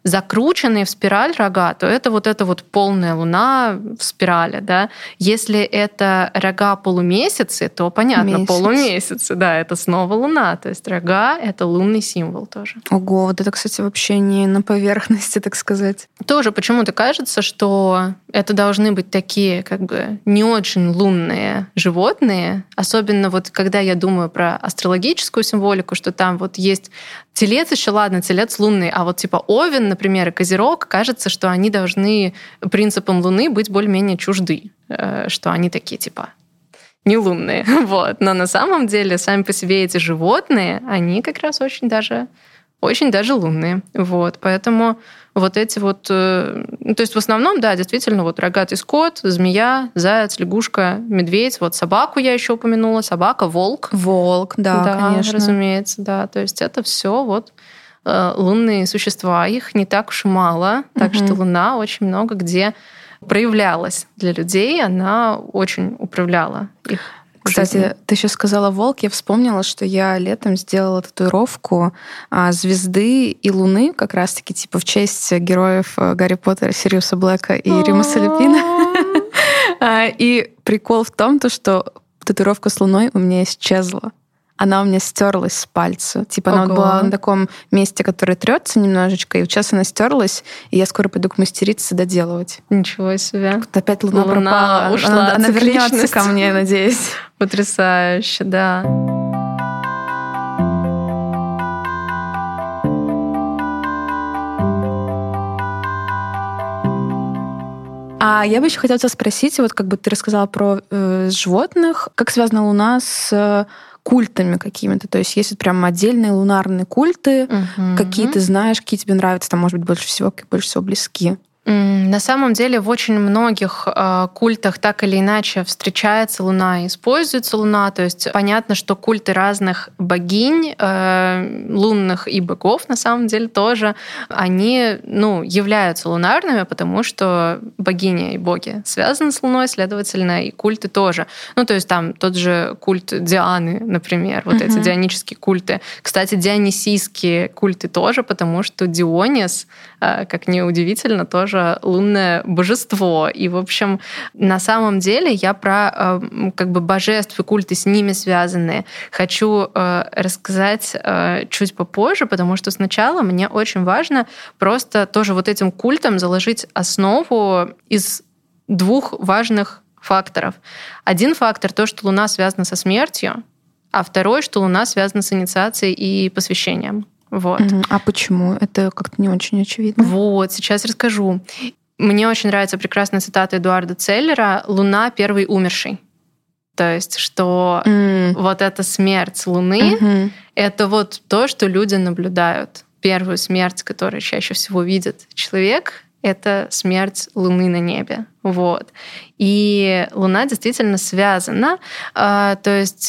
закрученные в спираль рога, то это вот эта вот полная луна в спирали, да. Если это рога полумесяцы, то понятно, Месяц. полумесяцы, да, это снова луна, то есть рога — это лунный символ тоже. Ого, вот это, кстати, вообще не на поверхности, так сказать. Тоже почему-то кажется, что это должны быть такие как бы не очень лунные животные, особенно вот когда я думаю про астрологическую символику, что там вот есть телец еще, ладно, телец лунный, а вот типа Овен, например, и Козерог, кажется, что они должны принципам Луны быть более-менее чужды, что они такие типа не лунные. Вот. Но на самом деле сами по себе эти животные, они как раз очень даже, очень даже лунные. Вот. Поэтому вот эти вот... Ну, то есть в основном, да, действительно, вот рогатый скот, змея, заяц, лягушка, медведь. Вот собаку я еще упомянула. Собака, волк. Волк, да, да, конечно. разумеется, да. То есть это все вот лунные существа. Их не так уж и мало. Так угу. что Луна очень много где проявлялась для людей. Она очень управляла их. Кстати, ты сейчас сказала волк, я вспомнила, что я летом сделала татуировку звезды и луны, как раз-таки типа в честь героев Гарри Поттера, Сириуса Блэка и Ремуса Люпина. И прикол в том, что татуировка с луной у меня исчезла. Она у меня стерлась с пальца. Типа она вот была на таком месте, которое трется немножечко, и вот сейчас она стерлась, и я скоро пойду к мастерице доделывать. Ничего себе. Вот опять луна, луна пропала. Ушла она она вернется ко мне, надеюсь. Потрясающе, да. А я бы еще хотела тебя спросить, вот как бы ты рассказала про э, животных, как связана Луна с э, культами какими-то? То есть есть вот прям отдельные лунарные культы, uh-huh. какие ты знаешь, какие тебе нравятся, там, может быть, больше всего, какие больше всего близки? На самом деле в очень многих э, культах так или иначе встречается Луна и используется Луна. То есть понятно, что культы разных богинь, э, лунных и богов на самом деле тоже, они ну, являются лунарными, потому что богини и боги связаны с Луной, следовательно, и культы тоже. Ну то есть там тот же культ Дианы, например, вот uh-huh. эти дионические культы. Кстати, дионисийские культы тоже, потому что Дионис, э, как ни удивительно, тоже лунное божество. И, в общем, на самом деле я про как бы божеств и культы с ними связанные хочу рассказать чуть попозже, потому что сначала мне очень важно просто тоже вот этим культам заложить основу из двух важных факторов. Один фактор — то, что Луна связана со смертью, а второй, что Луна связана с инициацией и посвящением. Вот. А почему? Это как-то не очень очевидно. Вот, сейчас расскажу. Мне очень нравится прекрасная цитата Эдуарда Целлера «Луна — первый умерший». То есть, что mm. вот эта смерть Луны mm-hmm. — это вот то, что люди наблюдают. Первую смерть, которую чаще всего видит человек, это смерть Луны на небе. Вот. И Луна действительно связана. То есть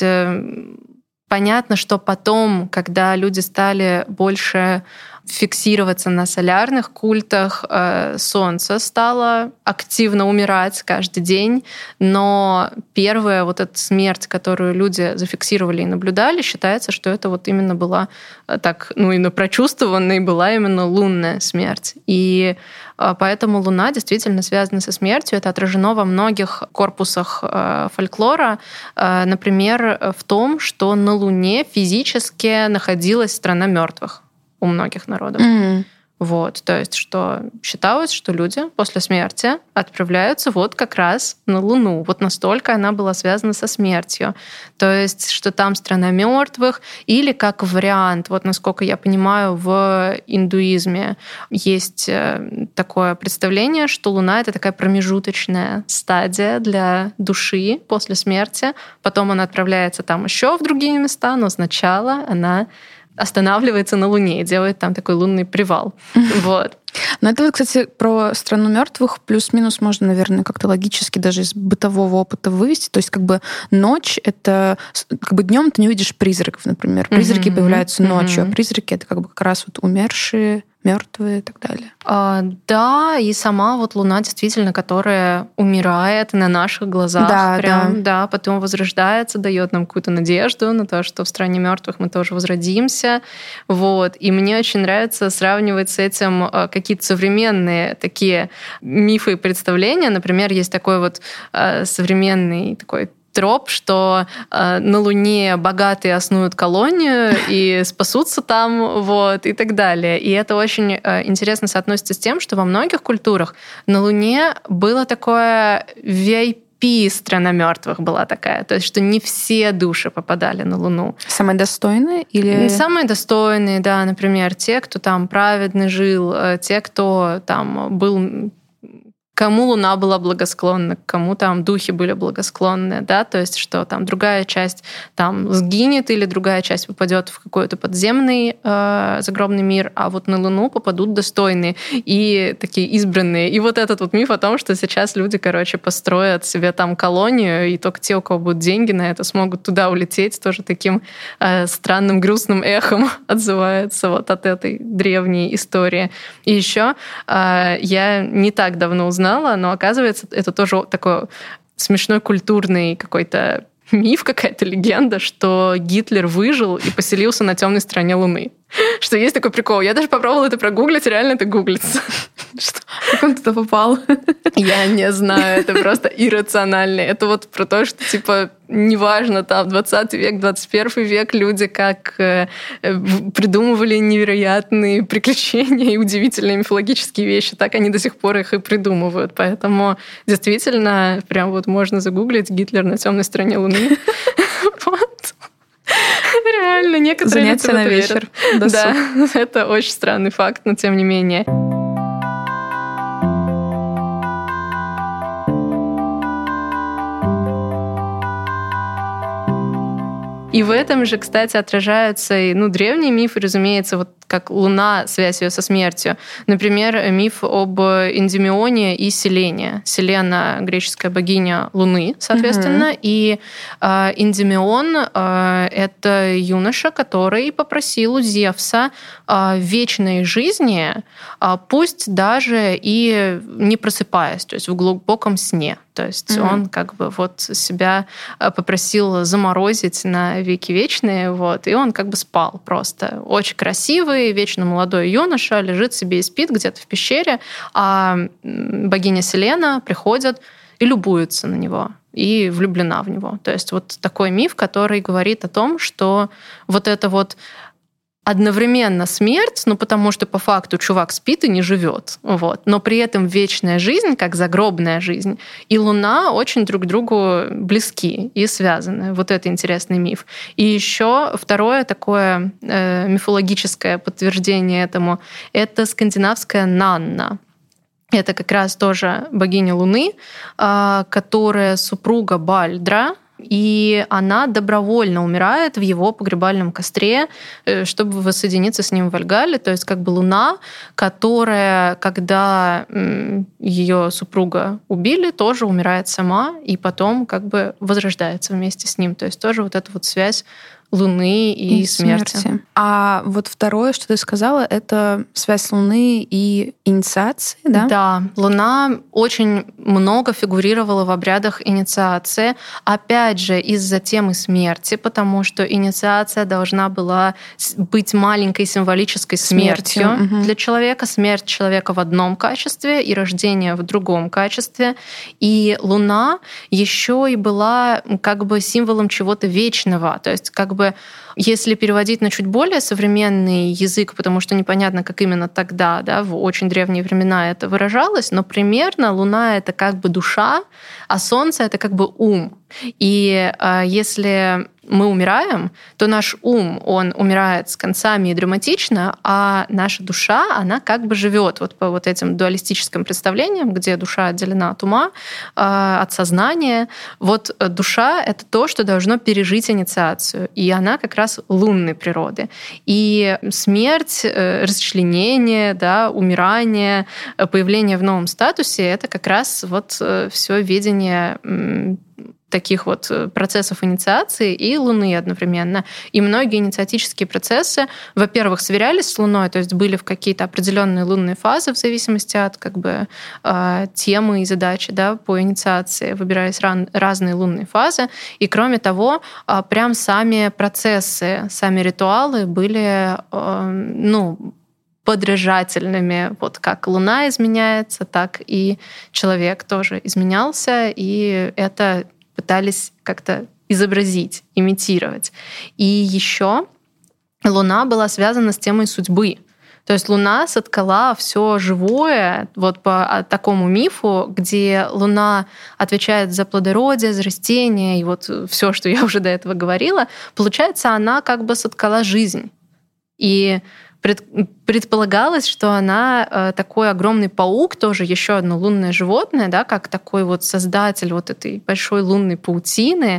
понятно, что потом, когда люди стали больше фиксироваться на солярных культах, Солнце стало активно умирать каждый день, но первая вот эта смерть, которую люди зафиксировали и наблюдали, считается, что это вот именно была так, ну, именно прочувствованная, и была именно лунная смерть. И поэтому Луна действительно связана со смертью. Это отражено во многих корпусах фольклора. Например, в том, что на Луне физически находилась страна мертвых у многих народов. Mm-hmm. Вот, то есть, что считалось, что люди после смерти отправляются вот как раз на Луну. Вот настолько она была связана со смертью. То есть, что там страна мертвых, или как вариант, вот насколько я понимаю, в индуизме есть такое представление, что Луна — это такая промежуточная стадия для души после смерти. Потом она отправляется там еще в другие места, но сначала она останавливается на Луне и делает там такой лунный привал. Вот. Но это, кстати, про страну мертвых плюс-минус можно, наверное, как-то логически даже из бытового опыта вывести. То есть как бы ночь — это... Как бы днем ты не увидишь призраков, например. Призраки mm-hmm. появляются ночью, mm-hmm. а призраки — это как бы как раз вот умершие мертвые и так далее. А, да, и сама вот Луна действительно, которая умирает на наших глазах, да, прям, да. да, потом возрождается, дает нам какую-то надежду на то, что в стране мертвых мы тоже возродимся. Вот. И мне очень нравится сравнивать с этим какие-то современные такие мифы и представления. Например, есть такой вот современный такой троп, что э, на Луне богатые основают колонию и спасутся там, вот, и так далее. И это очень э, интересно соотносится с тем, что во многих культурах на Луне было такое ви ай пи страна мертвых была такая, то есть что не все души попадали на Луну. Самые достойные или... Самые достойные, да, например, те, кто там праведно жил, те, кто там был... Кому Луна была благосклонна, кому там духи были благосклонны, да, то есть что там другая часть там сгинет или другая часть попадет в какой-то подземный э, загробный мир, а вот на Луну попадут достойные и такие избранные. И вот этот вот миф о том, что сейчас люди, короче, построят себе там колонию, и только те, у кого будут деньги на это, смогут туда улететь, тоже таким э, странным грустным эхом отзывается вот от этой древней истории. И еще э, я не так давно узнала, но оказывается, это тоже такой смешной культурный какой-то миф, какая-то легенда, что Гитлер выжил и поселился на темной стороне Луны. Что есть такой прикол. Я даже попробовала это прогуглить, реально это гуглится. Что? Как он туда попал? Я не знаю, это просто иррационально. Это вот про то, что, типа, неважно, там, двадцатый век, двадцать первый век, люди как э, придумывали невероятные приключения и удивительные мифологические вещи, так они до сих пор их и придумывают. Поэтому действительно, прям вот можно загуглить «Гитлер на темной стороне Луны». Вот. Реально, некоторые занятия на вечер. Да, это очень странный факт, но тем не менее. И в этом же, кстати, отражаются и ну, древние мифы, разумеется, вот как Луна, связь ее со смертью. Например, миф об Эндимионе и Селене. Селена — греческая богиня Луны, соответственно, mm-hmm. и э, Эндимион э, — это юноша, который попросил у Зевса э, вечной жизни, э, пусть даже и не просыпаясь, то есть в глубоком сне. То есть mm-hmm. он как бы вот себя попросил заморозить на веки вечные, вот, и он как бы спал просто. Очень красивый, вечно молодой юноша лежит себе и спит где-то в пещере, а богиня Селена приходит и любуется на него, и влюблена в него. То есть вот такой миф, который говорит о том, что вот это вот одновременно смерть, ну потому что по факту чувак спит и не живет, вот, но при этом вечная жизнь, как загробная жизнь, и Луна очень друг к другу близки и связаны. Вот это интересный миф. И еще второе такое э, мифологическое подтверждение этому — это скандинавская Нанна. Это как раз тоже богиня Луны, э, которая супруга Бальдра, и она добровольно умирает в его погребальном костре, чтобы воссоединиться с ним в Вальгалле. То есть как бы Луна, которая, когда ее супруга убили, тоже умирает сама и потом как бы возрождается вместе с ним. То есть тоже вот эта вот связь Луны и, и смерти. смерти. А вот второе, что ты сказала, это связь Луны и инициации, да? Да. Луна очень много фигурировала в обрядах инициации. Опять же, из-за темы смерти, потому что инициация должна была быть маленькой символической смертью, смертью. Угу. Для человека. Смерть человека в одном качестве и рождение в другом качестве. И Луна еще и была как бы символом чего-то вечного. То есть как бы если переводить на чуть более современный язык, потому что непонятно, как именно тогда, да, в очень древние времена это выражалось, но примерно Луна — это как бы душа, а Солнце — это как бы ум. И э, если мы умираем, то наш ум, он умирает с концами и драматично, а наша душа, она как бы живет вот по вот этим дуалистическим представлениям, где душа отделена от ума, э, от сознания. Вот душа — это то, что должно пережить инициацию, и она как раз лунной природы. И смерть, э, расчленение, да, умирание, появление в новом статусе — это как раз вот э, все видение таких вот процессов инициации и Луны одновременно. И многие инициатические процессы, во-первых, сверялись с Луной, то есть были в какие-то определенные лунные фазы в зависимости от как бы темы и задачи, да, по инициации, выбирались ран- разные лунные фазы. И кроме того, прям сами процессы, сами ритуалы были, ну, подражательными. Вот как Луна изменяется, так и человек тоже изменялся, и это пытались как-то изобразить, имитировать. И еще Луна была связана с темой судьбы. То есть Луна соткала все живое вот по такому мифу, где Луна отвечает за плодородие, за растения, и вот все, что я уже до этого говорила, получается, она как бы соткала жизнь. И предполагалось, что она такой огромный паук, тоже еще одно лунное животное, да, как такой вот создатель вот этой большой лунной паутины.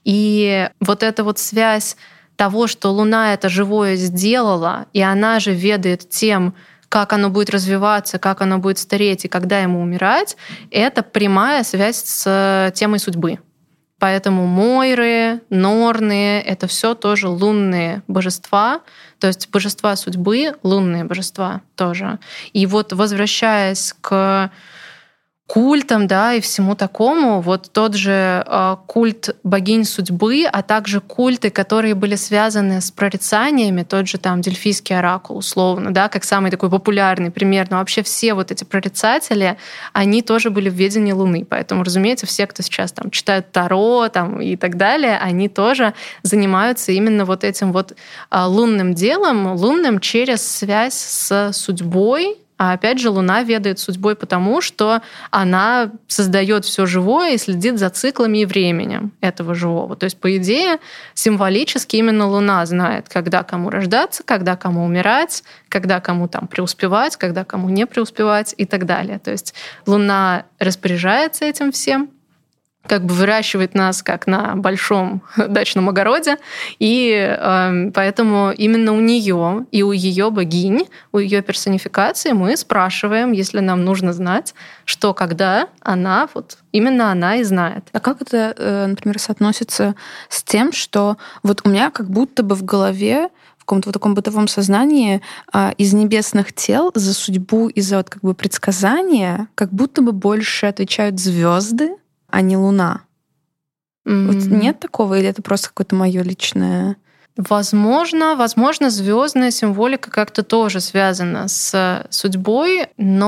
И вот эта вот связь того, что Луна это живое сделала, и она же ведает тем, как оно будет развиваться, как оно будет стареть и когда ему умирать, это прямая связь с темой судьбы. Поэтому Мойры, Норны — это все тоже лунные божества, то есть божества судьбы, лунные божества тоже. И вот возвращаясь к культам, да, и всему такому, вот тот же э, культ богинь судьбы, а также культы, которые были связаны с прорицаниями, тот же там Дельфийский оракул, условно, да, как самый такой популярный пример, но вообще все вот эти прорицатели, они тоже были в ведении Луны, поэтому, разумеется, все, кто сейчас там читают Таро там, и так далее, они тоже занимаются именно вот этим вот э, лунным делом, лунным через связь с судьбой. А опять же, Луна ведает судьбой потому, что она создает все живое и следит за циклами и временем этого живого. То есть, по идее, символически именно Луна знает, когда кому рождаться, когда кому умирать, когда кому там преуспевать, когда кому не преуспевать и так далее. То есть Луна распоряжается этим всем, как бы выращивает нас как на большом дачном огороде, и э, поэтому именно у нее и у ее богинь, у ее персонификации мы спрашиваем, если нам нужно знать, что когда она, вот именно она и знает. А как это, например, соотносится с тем, что вот у меня как будто бы в голове в каком-то вот таком бытовом сознании из небесных тел за судьбу и за вот как бы предсказания как будто бы больше отвечают звезды, а не Луна. Mm-hmm. Вот нет такого, или это просто какое-то мое личное? Возможно, возможно, звездная символика как-то тоже связана с судьбой,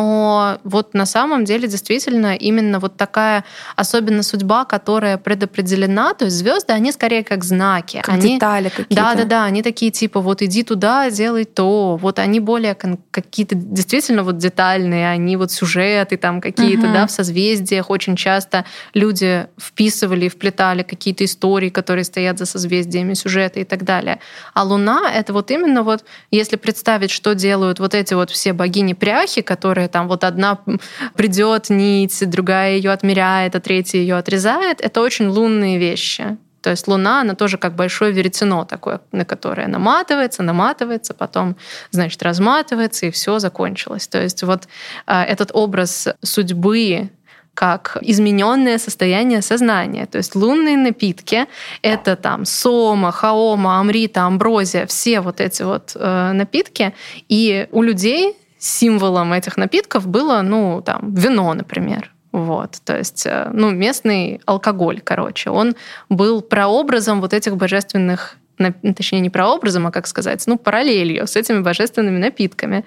но вот на самом деле действительно именно вот такая особенно судьба, которая предопределена, то есть звезды, они скорее как знаки. Как они, детали какие-то. Да-да-да, они такие типа вот иди туда, делай то. Вот они более какие-то действительно вот детальные, они вот сюжеты там какие-то, uh-huh. да, в созвездиях. Очень часто люди вписывали и вплетали какие-то истории, которые стоят за созвездиями, сюжеты и так далее. А Луна — это вот именно вот, если представить, что делают вот эти вот все богини-пряхи, которые там вот одна придет нить, другая ее отмеряет, а третья ее отрезает, это очень лунные вещи. То есть Луна, она тоже как большое веретено такое, на которое наматывается, наматывается, потом, значит, разматывается, и все закончилось. То есть вот этот образ судьбы, как измененное состояние сознания. То есть лунные напитки — это там сома, хаома, амрита, амброзия, все вот эти вот э, напитки. И у людей символом этих напитков было, ну, там, вино, например. Вот, то есть, ну, местный алкоголь, короче. Он был прообразом вот этих божественных, точнее, не прообразом, а, как сказать, ну, параллелью с этими божественными напитками.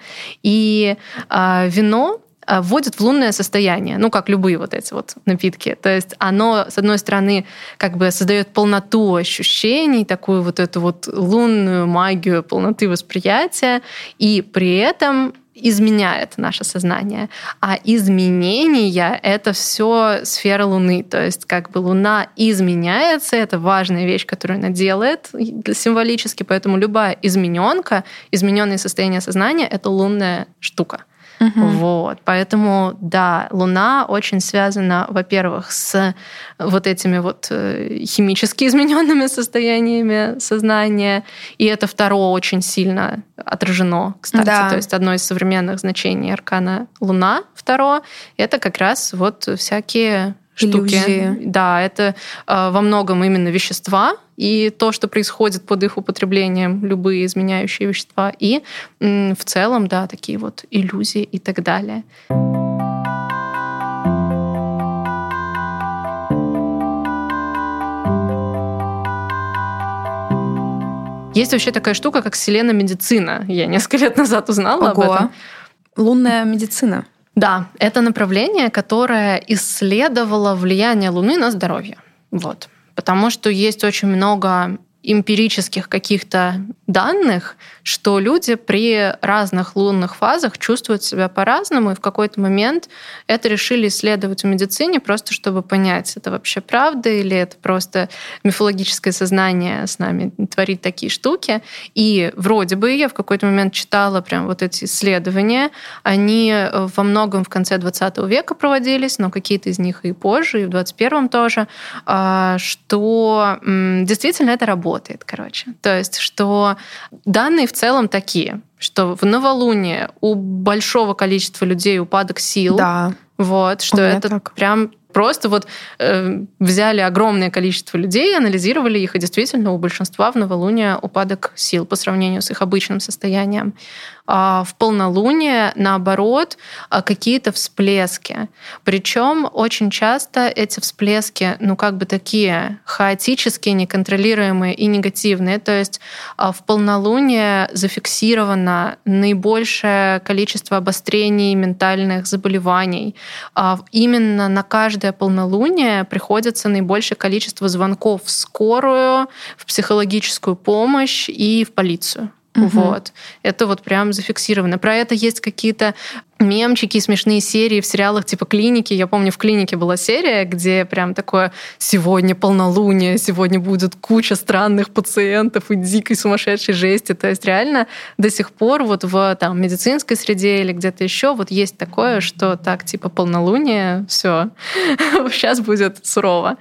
И э, вино вводит в лунное состояние, ну, как любые вот эти вот напитки. То есть оно, с одной стороны, как бы создает полноту ощущений, такую вот эту вот лунную магию полноты восприятия, и при этом изменяет наше сознание. А изменения — это все сфера Луны. То есть как бы Луна изменяется, это важная вещь, которую она делает символически, поэтому любая измененка, измененное состояние сознания — это лунная штука. Угу. Вот. Поэтому, да, Луна очень связана, во-первых, с вот этими вот химически измененными состояниями сознания, и это второе очень сильно отражено, кстати. Да. То есть одно из современных значений аркана Луна, второе, это как раз вот всякие штуки. Иллюзии. Да, это э, во многом именно вещества и то, что происходит под их употреблением, любые изменяющие вещества, и м, в целом, да, такие вот иллюзии и так далее. Есть вообще такая штука, как селеномедицина. Я несколько лет назад узнала Ого. об этом. Лунная медицина. Да, это направление, которое исследовало влияние Луны на здоровье. Вот. Потому что есть очень много эмпирических каких-то данных, что люди при разных лунных фазах чувствуют себя по-разному, и в какой-то момент это решили исследовать в медицине, просто чтобы понять, это вообще правда или это просто мифологическое сознание с нами творит такие штуки. И вроде бы я в какой-то момент читала прям вот эти исследования, они во многом в конце двадцатого века проводились, но какие-то из них и позже, и в двадцать первом тоже, что действительно это работает. Короче. То есть, что данные в целом такие, что в новолуние у большого количества людей упадок сил. Да. Вот, что это так. Прям просто вот э, взяли огромное количество людей, анализировали их, и действительно у большинства в новолуние упадок сил по сравнению с их обычным состоянием. А в полнолуние, наоборот, какие-то всплески. Причем очень часто эти всплески, ну, как бы такие хаотические, неконтролируемые и негативные. То есть в полнолуние зафиксировано наибольшее количество обострений ментальных заболеваний. Именно на каждое полнолуние приходится наибольшее количество звонков в скорую, в психологическую помощь и в полицию. Угу. Вот. Это вот прям зафиксировано. Про это есть какие-то мемчики, смешные серии в сериалах типа «Клиники». Я помню, в «Клинике» была серия, где прям такое «сегодня полнолуние, сегодня будет куча странных пациентов и дикой сумасшедшей жести». То есть реально до сих пор вот в там, медицинской среде или где-то еще вот есть такое, что так типа полнолуние, все, сейчас будет сурово.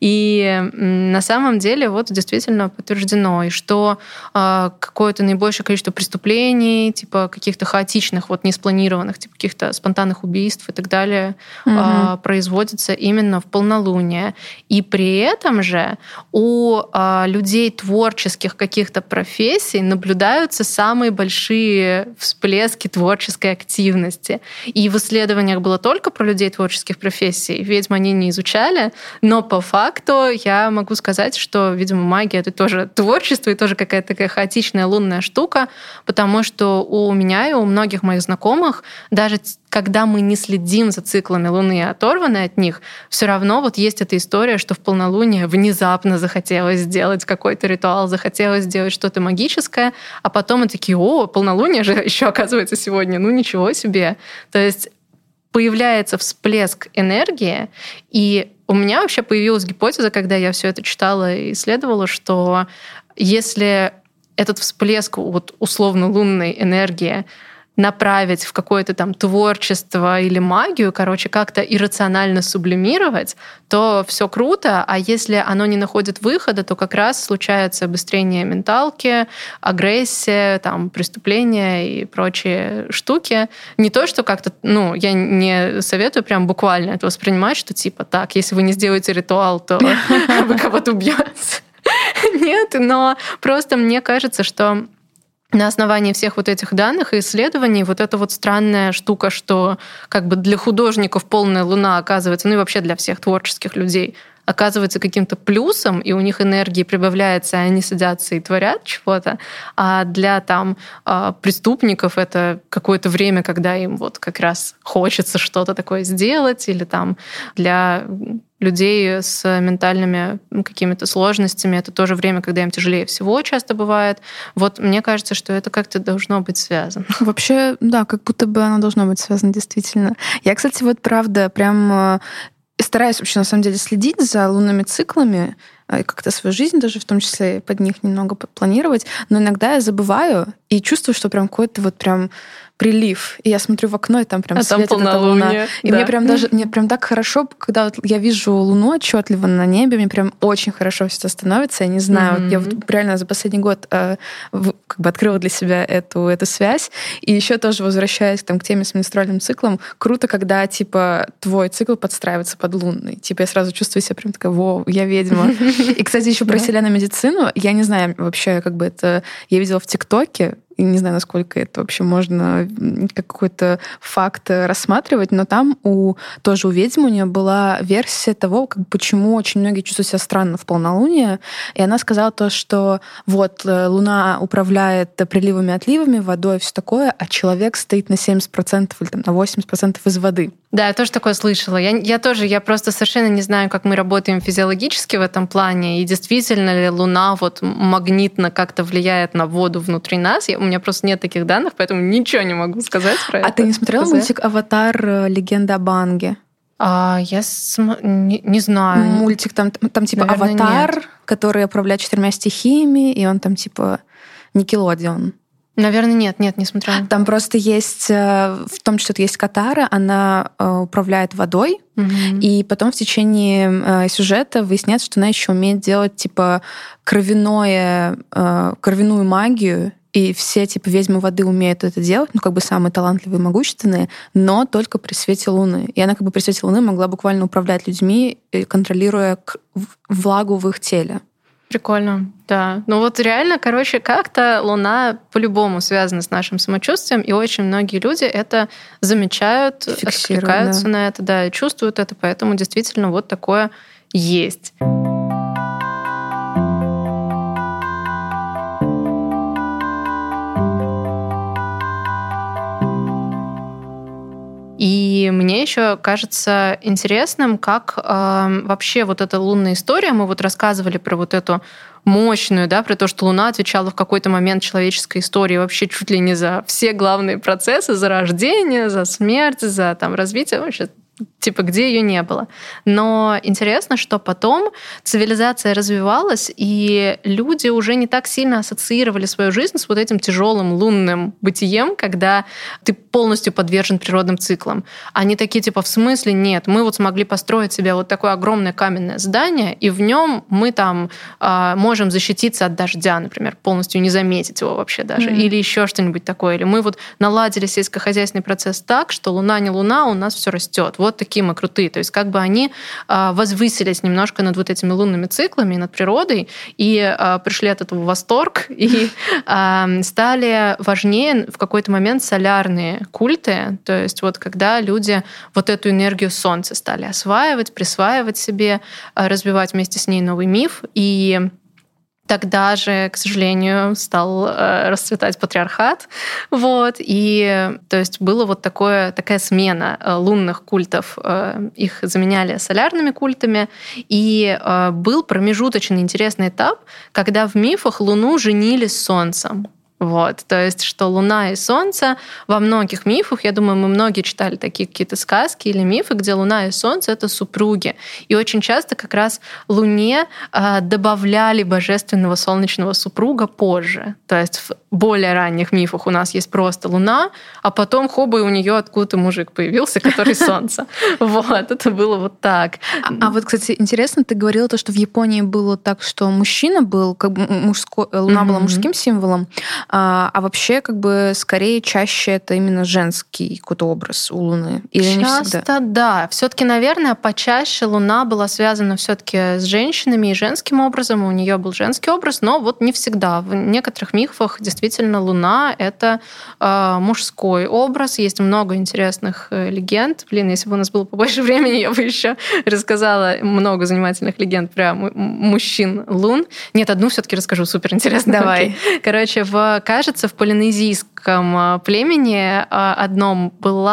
И на самом деле вот действительно подтверждено, и что э, какое-то наибольшее количество преступлений, типа каких-то хаотичных, вот неспланированных, типа каких-то спонтанных убийств и так далее, угу. э, производится именно в полнолуние. И при этом же у э, людей творческих каких-то профессий наблюдаются самые большие всплески творческой активности. И в исследованиях было только про людей творческих профессий, ведьм они не изучали, но по факту я могу сказать, что, видимо, магия — это тоже творчество и тоже какая-то такая хаотичная лунная штука, потому что у меня и у многих моих знакомых даже когда мы не следим за циклами Луны и оторваны от них, все равно вот есть эта история, что в полнолуние внезапно захотелось сделать какой-то ритуал, захотелось сделать что-то магическое, а потом мы такие: о, полнолуние же еще оказывается сегодня, ну ничего себе. То есть появляется всплеск энергии, и у меня вообще появилась гипотеза, когда я все это читала и исследовала, что если этот всплеск вот условно лунной энергии направить в какое-то там творчество или магию, короче, как-то иррационально сублимировать, то все круто, а если оно не находит выхода, то как раз случается обострение менталки, агрессия, там, преступления и прочие штуки. Не то, что как-то, ну, я не советую прям буквально это воспринимать, что типа так, если вы не сделаете ритуал, то вы кого-то убьете. Нет, но просто мне кажется, что на основании всех вот этих данных и исследований вот эта вот странная штука, что как бы для художников полная луна оказывается, ну и вообще для всех творческих людей, оказывается каким-то плюсом, и у них энергии прибавляется, и они садятся и творят чего-то. А для там преступников это какое-то время, когда им вот как раз хочется что-то такое сделать, или там для людей с ментальными какими-то сложностями это тоже время, когда им тяжелее всего часто бывает. Вот мне кажется, что это как-то должно быть связано. Вообще, да, как будто бы оно должно быть связано действительно. Я, кстати, вот правда прям стараюсь вообще на самом деле следить за лунными циклами и как-то свою жизнь даже в том числе под них немного планировать, но иногда я забываю, и чувствую, что прям какой-то вот прям прилив. И я смотрю в окно, и там прям а светит там эта луна. И да. мне прям даже мне прям так хорошо, когда вот я вижу луну отчетливо на небе, мне прям очень хорошо все становится. Я не знаю, mm-hmm. вот я вот реально за последний год э, в, как бы открыла для себя эту, эту связь. И еще тоже возвращаясь там, к теме с менструальным циклом, круто, когда типа твой цикл подстраивается под лунный. Типа я сразу чувствую себя прям такая, воу, я ведьма. И, кстати, еще про селеномедицину. Я не знаю, вообще, как бы это... Я видела в ТикТоке, и не знаю, насколько это вообще можно как какой-то факт рассматривать, но там у, тоже у ведьмы у нее была версия того, как, почему очень многие чувствуют себя странно в полнолуние. И она сказала то, что вот Луна управляет приливами, отливами, водой и все такое, а человек стоит на семьдесят процентов или там, на восемьдесят процентов из воды. Да, я тоже такое слышала. Я, я тоже, я просто совершенно не знаю, как мы работаем физиологически в этом плане, и действительно ли Луна вот магнитно как-то влияет на воду внутри нас. Я, у меня просто нет таких данных, поэтому ничего не могу сказать про а это. А ты не смотрела сказать? мультик «Аватар. Легенда об Аанге»? А, я см... не, не знаю. Мультик там, там типа Наверное, аватар, нет. который управляет четырьмя стихиями, и он там типа Никелодеон. Наверное, нет, нет, не смотрела. Там просто есть, в том числе есть Катара, она управляет водой, mm-hmm. и потом в течение сюжета выясняется, что она еще умеет делать типа кровяное, кровяную магию, и все типа ведьмы воды умеют это делать, ну как бы самые талантливые и могущественные, но только при свете Луны. И она как бы при свете Луны могла буквально управлять людьми, контролируя влагу в их теле. Прикольно, да. Ну вот реально, короче, как-то Луна по-любому связана с нашим самочувствием, и очень многие люди это замечают, откликаются да. на это, да, и чувствуют это, поэтому действительно вот такое есть. И мне еще кажется интересным, как э, вообще вот эта лунная история, мы вот рассказывали про вот эту мощную, да, про то, что Луна отвечала в какой-то момент человеческой истории вообще чуть ли не за все главные процессы, за рождение, за смерть, за там, развитие, вообще типа где ее не было. Но интересно, что потом цивилизация развивалась, и люди уже не так сильно ассоциировали свою жизнь с вот этим тяжелым лунным бытием, когда ты полностью подвержен природным циклам. Они такие типа в смысле нет, мы вот смогли построить себе вот такое огромное каменное здание, и в нем мы там э, можем защититься от дождя, например, полностью не заметить его вообще даже, mm-hmm. или еще что-нибудь такое. Или мы вот наладили сельскохозяйственный процесс так, что луна не луна, у нас все растет. Вот такие мы крутые. То есть как бы они возвысились немножко над вот этими лунными циклами, над природой, и пришли от этого в восторг, и стали важнее в какой-то момент солярные культы, то есть вот когда люди вот эту энергию солнца стали осваивать, присваивать себе, развивать вместе с ней новый миф, и тогда же, к сожалению, стал э, расцветать патриархат. Вот, и то есть было вот такое, такая смена э, лунных культов. Э, их заменяли солярными культами. И э, был промежуточный интересный этап, когда в мифах Луну женили с Солнцем. Вот, то есть, что Луна и Солнце во многих мифах, я думаю, мы многие читали такие какие-то сказки или мифы, где Луна и Солнце — это супруги. И очень часто как раз Луне э, добавляли божественного солнечного супруга позже. То есть в более ранних мифах у нас есть просто Луна, а потом хоба, и у нее откуда-то мужик появился, который Солнце. Вот, это было вот так. А вот, кстати, интересно, ты говорила то, что в Японии было так, что мужчина был, как бы мужской, Луна была мужским символом, А, а вообще, как бы, скорее, чаще это именно женский какой-то образ у Луны? Или часто, не всегда? Да. Все-таки, наверное, почаще Луна была связана все-таки с женщинами и женским образом. У нее был женский образ, но вот не всегда. В некоторых мифах действительно Луна — это э, мужской образ. Есть много интересных легенд. Блин, если бы у нас было побольше времени, я бы еще рассказала много занимательных легенд про мужчин Лун. Нет, одну все-таки расскажу, суперинтересно. Давай. Короче, в кажется, в полинезийских кельтском племени одном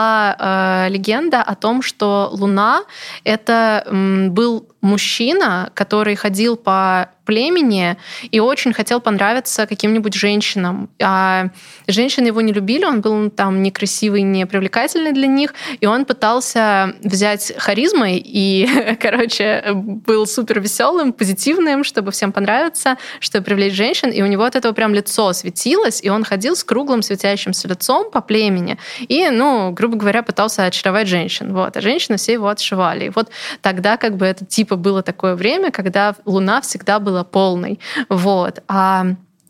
была легенда о том, что Луна — это был мужчина, который ходил по племени и очень хотел понравиться каким-нибудь женщинам. А женщины его не любили, он был там некрасивый, не привлекательный для них, и он пытался взять харизмой и, короче, был супер веселым, позитивным, чтобы всем понравиться, чтобы привлечь женщин, и у него от этого прям лицо светилось, и он ходил с круглым светящимся лицом по племени и, ну, грубо говоря, пытался очаровать женщин. Вот. А женщины все его отшивали. И вот тогда как бы это типа было такое время, когда Луна всегда была полной. Вот. А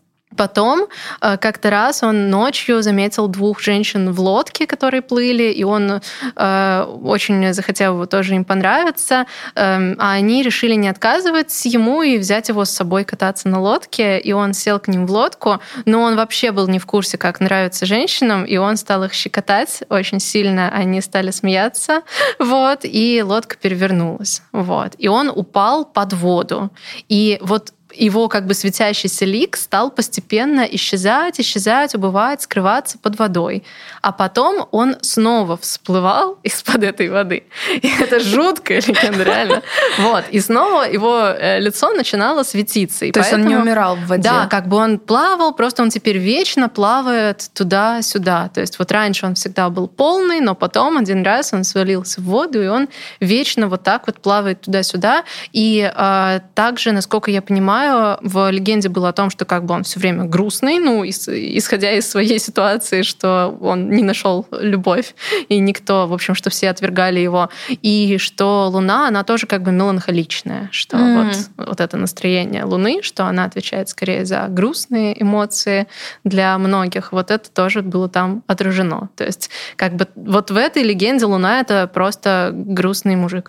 потом как-то раз он ночью заметил двух женщин в лодке, которые плыли, и он э, очень захотел тоже им понравиться, э, а они решили не отказывать ему и взять его с собой кататься на лодке, и он сел к ним в лодку, но он вообще был не в курсе, как нравится женщинам, и он стал их щекотать очень сильно, они стали смеяться, вот, и лодка перевернулась, вот, и он упал под воду, и вот его как бы светящийся лик стал постепенно исчезать, исчезать, убывать, скрываться под водой. А потом он снова всплывал из-под этой воды. И это жуткая легенда, реально. Вот. И снова его лицо начинало светиться. И То поэтому... есть он не умирал в воде? Да, как бы он плавал, просто он теперь вечно плавает туда-сюда. То есть вот раньше он всегда был полный, но потом один раз он свалился в воду, и он вечно вот так вот плавает туда-сюда. И э, также, насколько я понимаю, в легенде было о том, что как бы он все время грустный, ну, исходя из своей ситуации, что он не нашел любовь, и никто, в общем, что все отвергали его, и что Луна, она тоже как бы меланхоличная, что mm. вот, вот это настроение Луны, что она отвечает скорее за грустные эмоции для многих, вот это тоже было там отражено. То есть как бы вот в этой легенде Луна — это просто грустный мужик.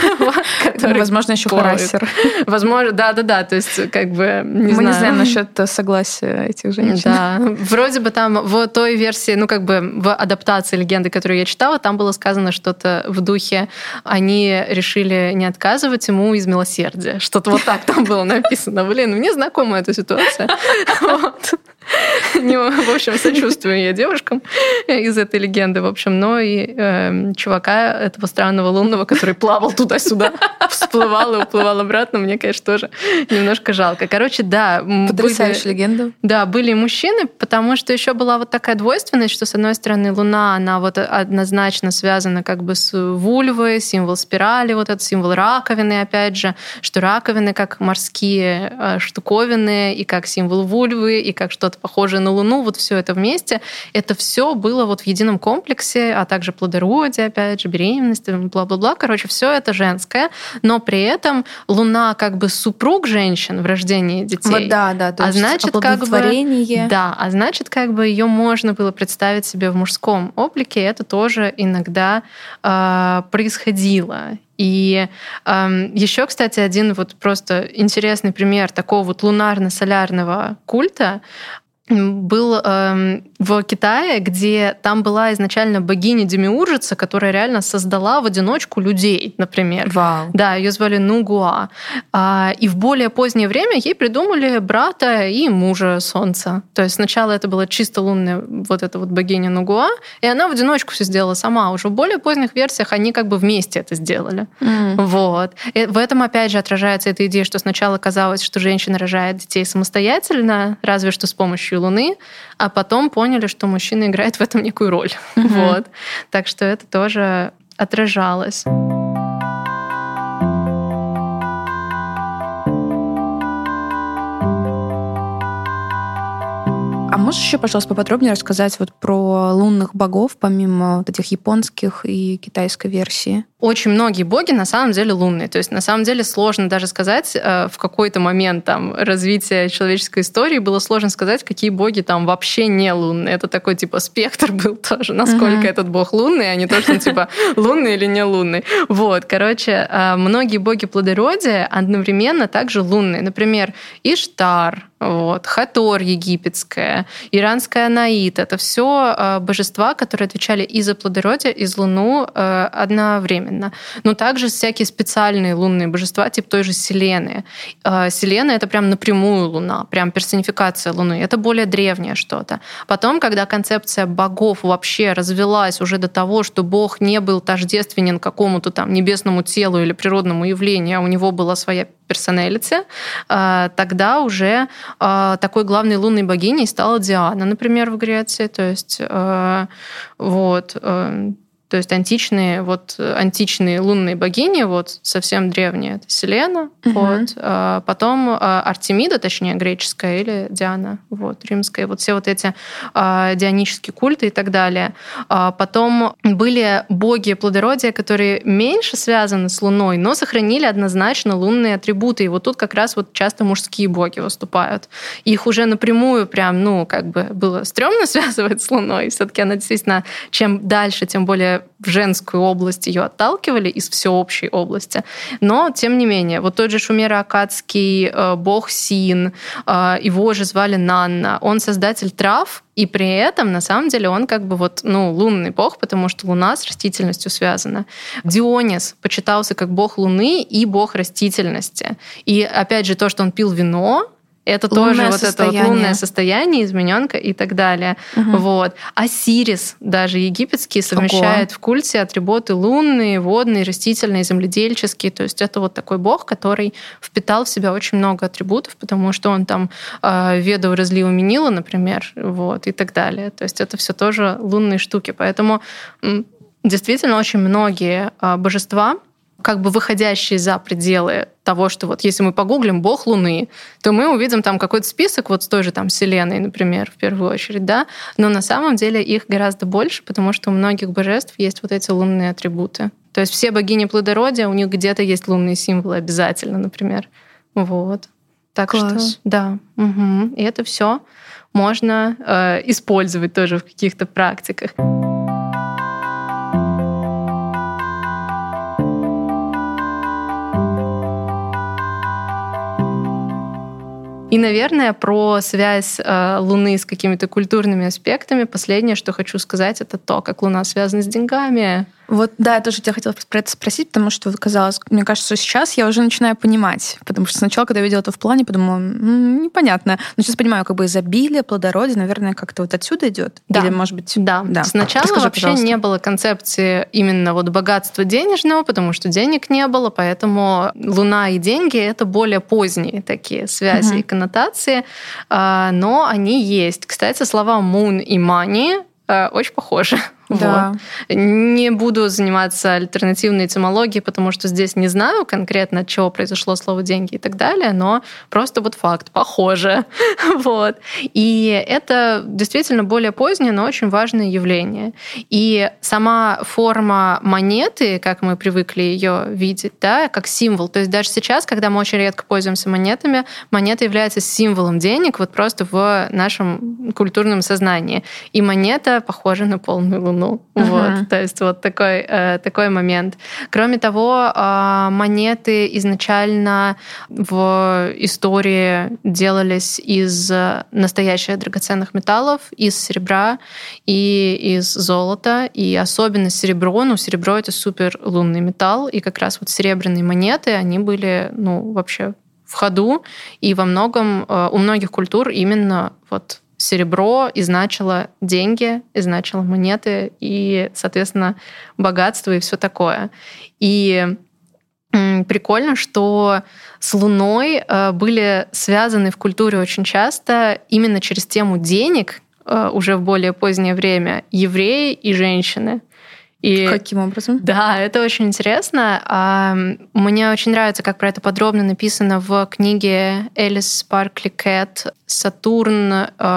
Возможно, еще характер. Возможно, да-да-да, то есть как бы не Мы знаю. не знаем насчет согласия этих женщин. Да, вроде бы там в той версии, ну как бы в адаптации легенды, которую я читала, там было сказано что-то в духе, они решили не отказывать ему из милосердия. Что-то вот так там было написано. Блин, мне знакома эта ситуация. Вот. Не, в общем, сочувствую я девушкам из этой легенды, в общем, но и э, чувака этого странного лунного, который плавал туда-сюда, всплывал и уплывал обратно, мне, конечно, тоже немножко жалко. Короче, да. Потрясающая легенда. Да, были и мужчины, потому что еще была вот такая двойственность, что, с одной стороны, Луна, она вот однозначно связана как бы с вульвой, символ спирали, вот этот символ раковины, опять же, что раковины как морские штуковины, и как символ вульвы, и как что-то похожее на Луну, вот все это вместе, это все было вот в едином комплексе, а также плодородие, опять же, беременность, бла-бла-бла. Короче, все это женское, но при этом Луна как бы супруг женщин в рождении детей. Вот, да, да. То а есть значит, как бы, да, а значит, как бы ее можно было представить себе в мужском облике, и это тоже иногда э, происходило. И э, еще, кстати, один вот просто интересный пример такого вот лунарно-солярного культа был э, в Китае, где там была изначально богиня Демиуржица, которая реально создала в одиночку людей, например. Вау. Да, ее звали Нугуа. А, и в более позднее время ей придумали брата и мужа Солнца. То есть сначала это была чисто лунная вот эта вот богиня Нугуа, и она в одиночку все сделала сама. Уже в более поздних версиях они как бы вместе это сделали. Mm. Вот. И в этом опять же отражается эта идея, что сначала казалось, что женщина рожает детей самостоятельно, разве что с помощью Луны, а потом поняли, что мужчина играет в этом некую роль. Mm-hmm. Вот. Так что это тоже отражалось. А можешь еще, пожалуйста, поподробнее рассказать вот про лунных богов, помимо вот этих японских и китайской версии? Очень многие боги на самом деле лунные. То есть на самом деле сложно даже сказать, в какой-то момент там развития человеческой истории было сложно сказать, какие боги там вообще не лунные. Это такой типа спектр был тоже, насколько uh-huh. этот бог лунный, а не то, что он типа лунный или не лунный. Вот, короче, многие боги плодородия одновременно также лунные. Например, Иштар, вот, Хатор египетская, иранская Анаит. Это все божества, которые отвечали и за плодородие, и за Луну одновременно. именно. Но также всякие специальные лунные божества, типа той же Селены. Селена — это прям напрямую Луна, прям персонификация Луны. Это более древнее что-то. Потом, когда концепция богов вообще развелась уже до того, что Бог не был тождественен какому-то там небесному телу или природному явлению, а у него была своя персоналити, тогда уже такой главной лунной богиней стала Диана, например, в Греции. То есть вот... То есть античные, вот, античные лунные богини, вот, совсем древние, это Селена, uh-huh. вот, а потом Артемида, точнее, греческая, или Диана, вот, римская, вот все вот эти а, дионические культы и так далее. А потом были боги плодородия, которые меньше связаны с Луной, но сохранили однозначно лунные атрибуты. И вот тут как раз вот часто мужские боги выступают. Их уже напрямую прям, ну, как бы было стрёмно связывать с Луной. Все-таки она действительно, чем дальше, тем более в женскую область ее отталкивали из всеобщей области. Но, тем не менее, вот тот же шумеро-аккадский бог Син, его же звали Нанна, он создатель трав, и при этом, на самом деле, он как бы вот, ну, лунный бог, потому что Луна с растительностью связана. Дионис почитался как бог Луны и бог растительности. И, опять же, то, что он пил вино, это лунное тоже вот это вот лунное состояние, измененка и так далее. Угу. Вот. Осирис, даже египетский, совмещает Ого. В культе атрибуты лунные, водные, растительные, земледельческие. То есть это вот такой бог, который впитал в себя очень много атрибутов, потому что он там э, ведал разливу Менила, например, вот, и так далее. То есть это все тоже лунные штуки. Поэтому м, действительно очень многие э, божества, как бы выходящие за пределы того, что вот если мы погуглим «бог Луны», то мы увидим там какой-то список вот с той же там Вселенной, например, в первую очередь, да, но на самом деле их гораздо больше, потому что у многих божеств есть вот эти лунные атрибуты. То есть все богини плодородия, у них где-то есть лунные символы обязательно, например. Вот. Так Класс. Что, да. Угу. И это все можно э, использовать тоже в каких-то практиках. И, наверное, про связь э, Луны с какими-то культурными аспектами последнее, что хочу сказать, это то, как Луна связана с деньгами. Вот, да, я тоже тебя хотела про это спросить, потому что казалось, мне кажется, что сейчас я уже начинаю понимать, потому что сначала, когда я видела это в плане, подумала, м-м, непонятно. Но сейчас понимаю, как бы изобилие, плодородие, наверное, как-то вот отсюда идет. Да. Или, может быть... Да. да. Сначала Расскажи, вообще пожалуйста. Не было концепции именно вот богатства денежного, потому что денег не было, поэтому Луна и деньги — это более поздние такие связи угу. и коннотации, но они есть. Кстати, слова moon и money очень похожи. Да. Вот. Не буду заниматься альтернативной этимологией, потому что здесь не знаю конкретно, от чего произошло слово «деньги» и так далее, но просто вот факт, похоже. Вот. И это действительно более позднее, но очень важное явление. И сама форма монеты, как мы привыкли ее видеть, да, как символ, то есть даже сейчас, когда мы очень редко пользуемся монетами, монета является символом денег вот просто в нашем культурном сознании. И монета похожа на полную луну. Ну, uh-huh. вот, то есть вот такой, э, такой момент. Кроме того, э, монеты изначально в истории делались из настоящих драгоценных металлов, из серебра и из золота. И особенно серебро, ну, серебро — это супер лунный металл, и как раз вот серебряные монеты, они были, ну, вообще в ходу, и во многом, э, у многих культур именно вот серебро и значило деньги, и значило монеты, и, соответственно, богатство и все такое. И прикольно, что с Луной были связаны в культуре очень часто именно через тему денег уже в более позднее время евреи и женщины. И, Каким образом? Да, это очень интересно. Мне очень нравится, как про это подробно написано в книге Элис Баркли Кэт «Сатурн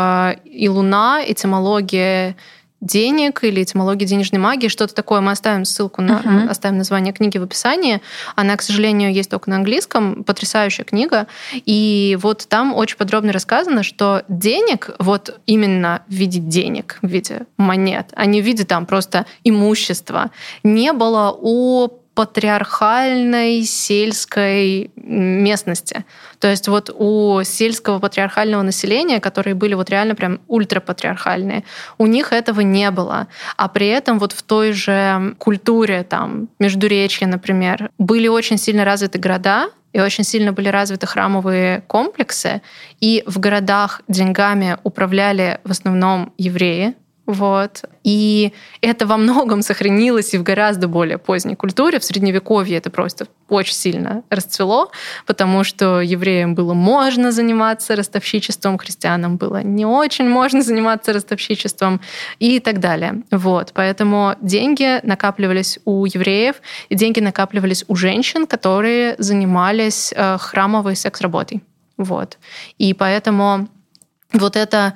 и Луна. Этимология денег» или «Этимология денежной магии», что-то такое. Мы оставим ссылку, на, uh-huh. оставим название книги в описании. Она, к сожалению, есть только на английском. Потрясающая книга. И вот там очень подробно рассказано, что денег, вот именно в виде денег, в виде монет, а не в виде там просто имущества, не было у патриархальной сельской местности. То есть вот у сельского патриархального населения, которые были вот реально прям ультрапатриархальные, у них этого не было. А при этом вот в той же культуре, там, Междуречья, например, были очень сильно развиты города, и очень сильно были развиты храмовые комплексы, и в городах деньгами управляли в основном евреи. Вот. И это во многом сохранилось и в гораздо более поздней культуре. В Средневековье это просто очень сильно расцвело, потому что евреям было можно заниматься ростовщичеством, христианам было не очень можно заниматься ростовщичеством и так далее. Вот. Поэтому деньги накапливались у евреев, и деньги накапливались у женщин, которые занимались храмовой секс-работой. Вот. И поэтому вот это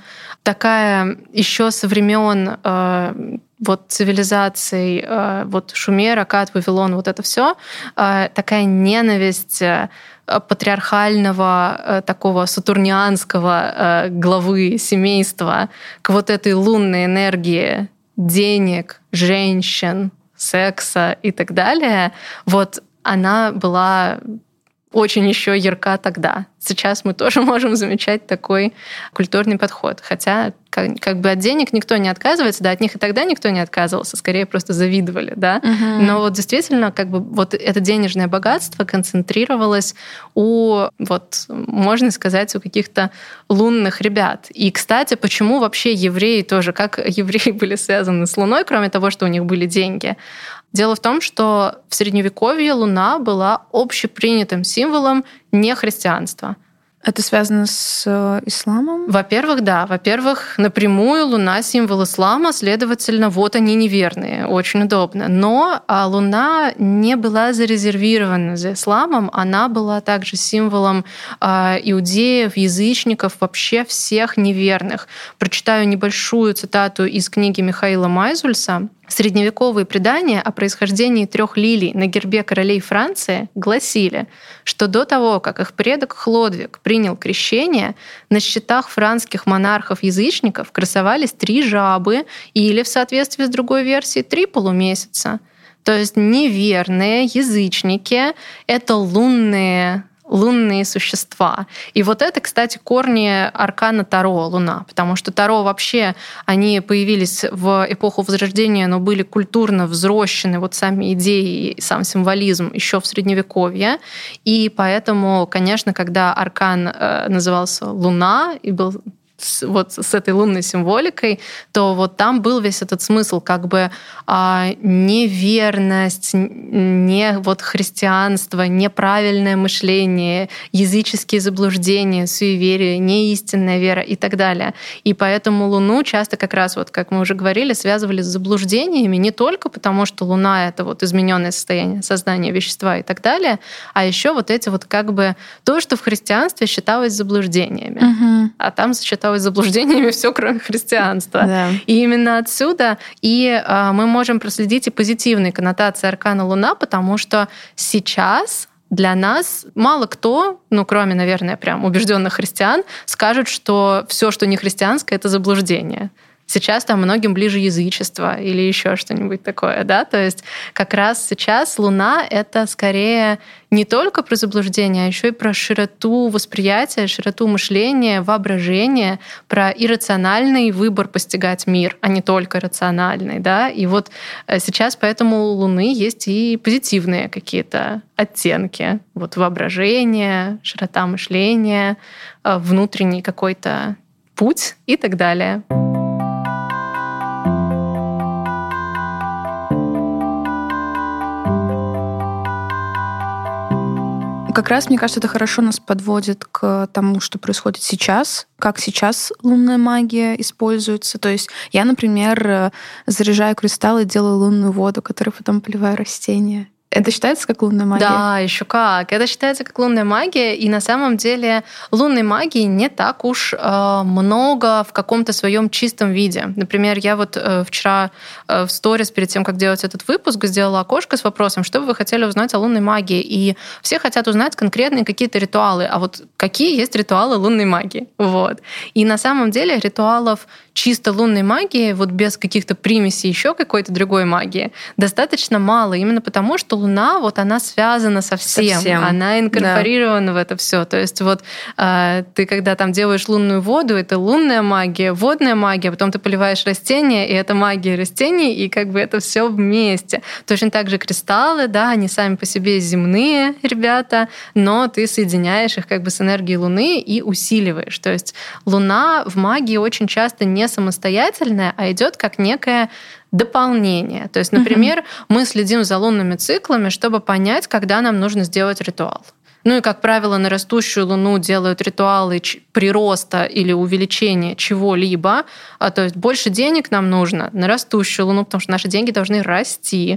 такая еще со времен э, вот цивилизаций, э, вот Шумер, Аккад, Вавилон, вот это все, э, такая ненависть э, патриархального э, такого сатурнианского э, главы семейства к вот этой лунной энергии денег, женщин, секса и так далее. Вот она была очень еще ярка тогда. Сейчас мы тоже можем замечать такой культурный подход. Хотя как, как бы от денег никто не отказывается, да, от них и тогда никто не отказывался, скорее просто завидовали, да. Uh-huh. Но вот действительно как бы вот это денежное богатство концентрировалось у, вот, можно сказать, у каких-то лунных ребят. И, кстати, почему вообще евреи тоже, как евреи были связаны с Луной, кроме того, что у них были деньги? Дело в том, что в Средневековье Луна была общепринятым символом нехристианства. Это связано с исламом? Во-первых, да. Во-первых, напрямую Луна — символ ислама, следовательно, вот они неверные. Очень удобно. Но Луна не была зарезервирована за исламом, она была также символом иудеев, язычников, вообще всех неверных. Прочитаю небольшую цитату из книги Михаила Майзульса. Средневековые предания о происхождении трех лилий на гербе королей Франции гласили, что до того, как их предок Хлодвиг принял крещение, на щитах французских монархов-язычников красовались три жабы или, в соответствии с другой версией, три полумесяца. То есть неверные язычники — это лунные лунные существа. И вот это, кстати, корни аркана Таро, Луна, потому что Таро вообще, они появились в эпоху Возрождения, но были культурно взрощены вот сами идеи и сам символизм еще в Средневековье. И поэтому, конечно, когда аркан назывался Луна и был вот с этой лунной символикой, то вот там был весь этот смысл, как бы а, неверность, не вот христианство, неправильное мышление, языческие заблуждения, суеверия, неистинная вера и так далее. И поэтому Луну часто как раз, вот как мы уже говорили, связывали с заблуждениями не только потому, что Луна — это вот измененное состояние сознания, вещества и так далее, а еще вот эти вот как бы то, что в христианстве считалось заблуждениями. Угу. А там считалось заблуждениями все, кроме христианства. Да. И именно отсюда и э, мы можем проследить и позитивные коннотации аркана Луна, потому что сейчас для нас мало кто, ну, кроме, наверное, прям убежденных христиан, скажет, что все, что не христианское, это заблуждение. Сейчас там многим ближе язычество или еще что-нибудь такое, да, то есть как раз сейчас Луна — это скорее не только про заблуждение, а еще и про широту восприятия, широту мышления, воображения, про иррациональный выбор постигать мир, а не только рациональный, да, и вот сейчас поэтому у Луны есть и позитивные какие-то оттенки, вот воображение, широта мышления, внутренний какой-то путь и так далее. Как раз, мне кажется, это хорошо нас подводит к тому, что происходит сейчас, как сейчас лунная магия используется. То есть я, например, заряжаю кристаллы, делаю лунную воду, которую потом поливаю растения. Это считается как лунная магия? Да, еще как. Это считается как лунная магия, и на самом деле лунной магии не так уж э, много в каком-то своем чистом виде. Например, я вот э, вчера э, в сторис перед тем, как делать этот выпуск, сделала окошко с вопросом, что бы вы хотели узнать о лунной магии. И все хотят узнать конкретные какие-то ритуалы. А вот какие есть ритуалы лунной магии? Вот. И на самом деле ритуалов чисто лунной магии, вот без каких-то примесей еще какой-то другой магии, достаточно мало, именно потому, что Луна, вот она связана со всем, со всем. Она инкорпорирована да. в это все. То есть вот э, ты когда там делаешь лунную воду, это лунная магия, водная магия, потом ты поливаешь растения, и это магия растений, и как бы это все вместе. Точно так же кристаллы, да, они сами по себе земные ребята, но ты соединяешь их как бы с энергией Луны и усиливаешь. То есть Луна в магии очень часто не самостоятельная, а идет как некая дополнение. То есть, например, uh-huh. мы следим за лунными циклами, чтобы понять, когда нам нужно сделать ритуал. Ну и, как правило, на растущую Луну делают ритуалы прироста или увеличения чего-либо. То есть больше денег нам нужно на растущую Луну, потому что наши деньги должны расти.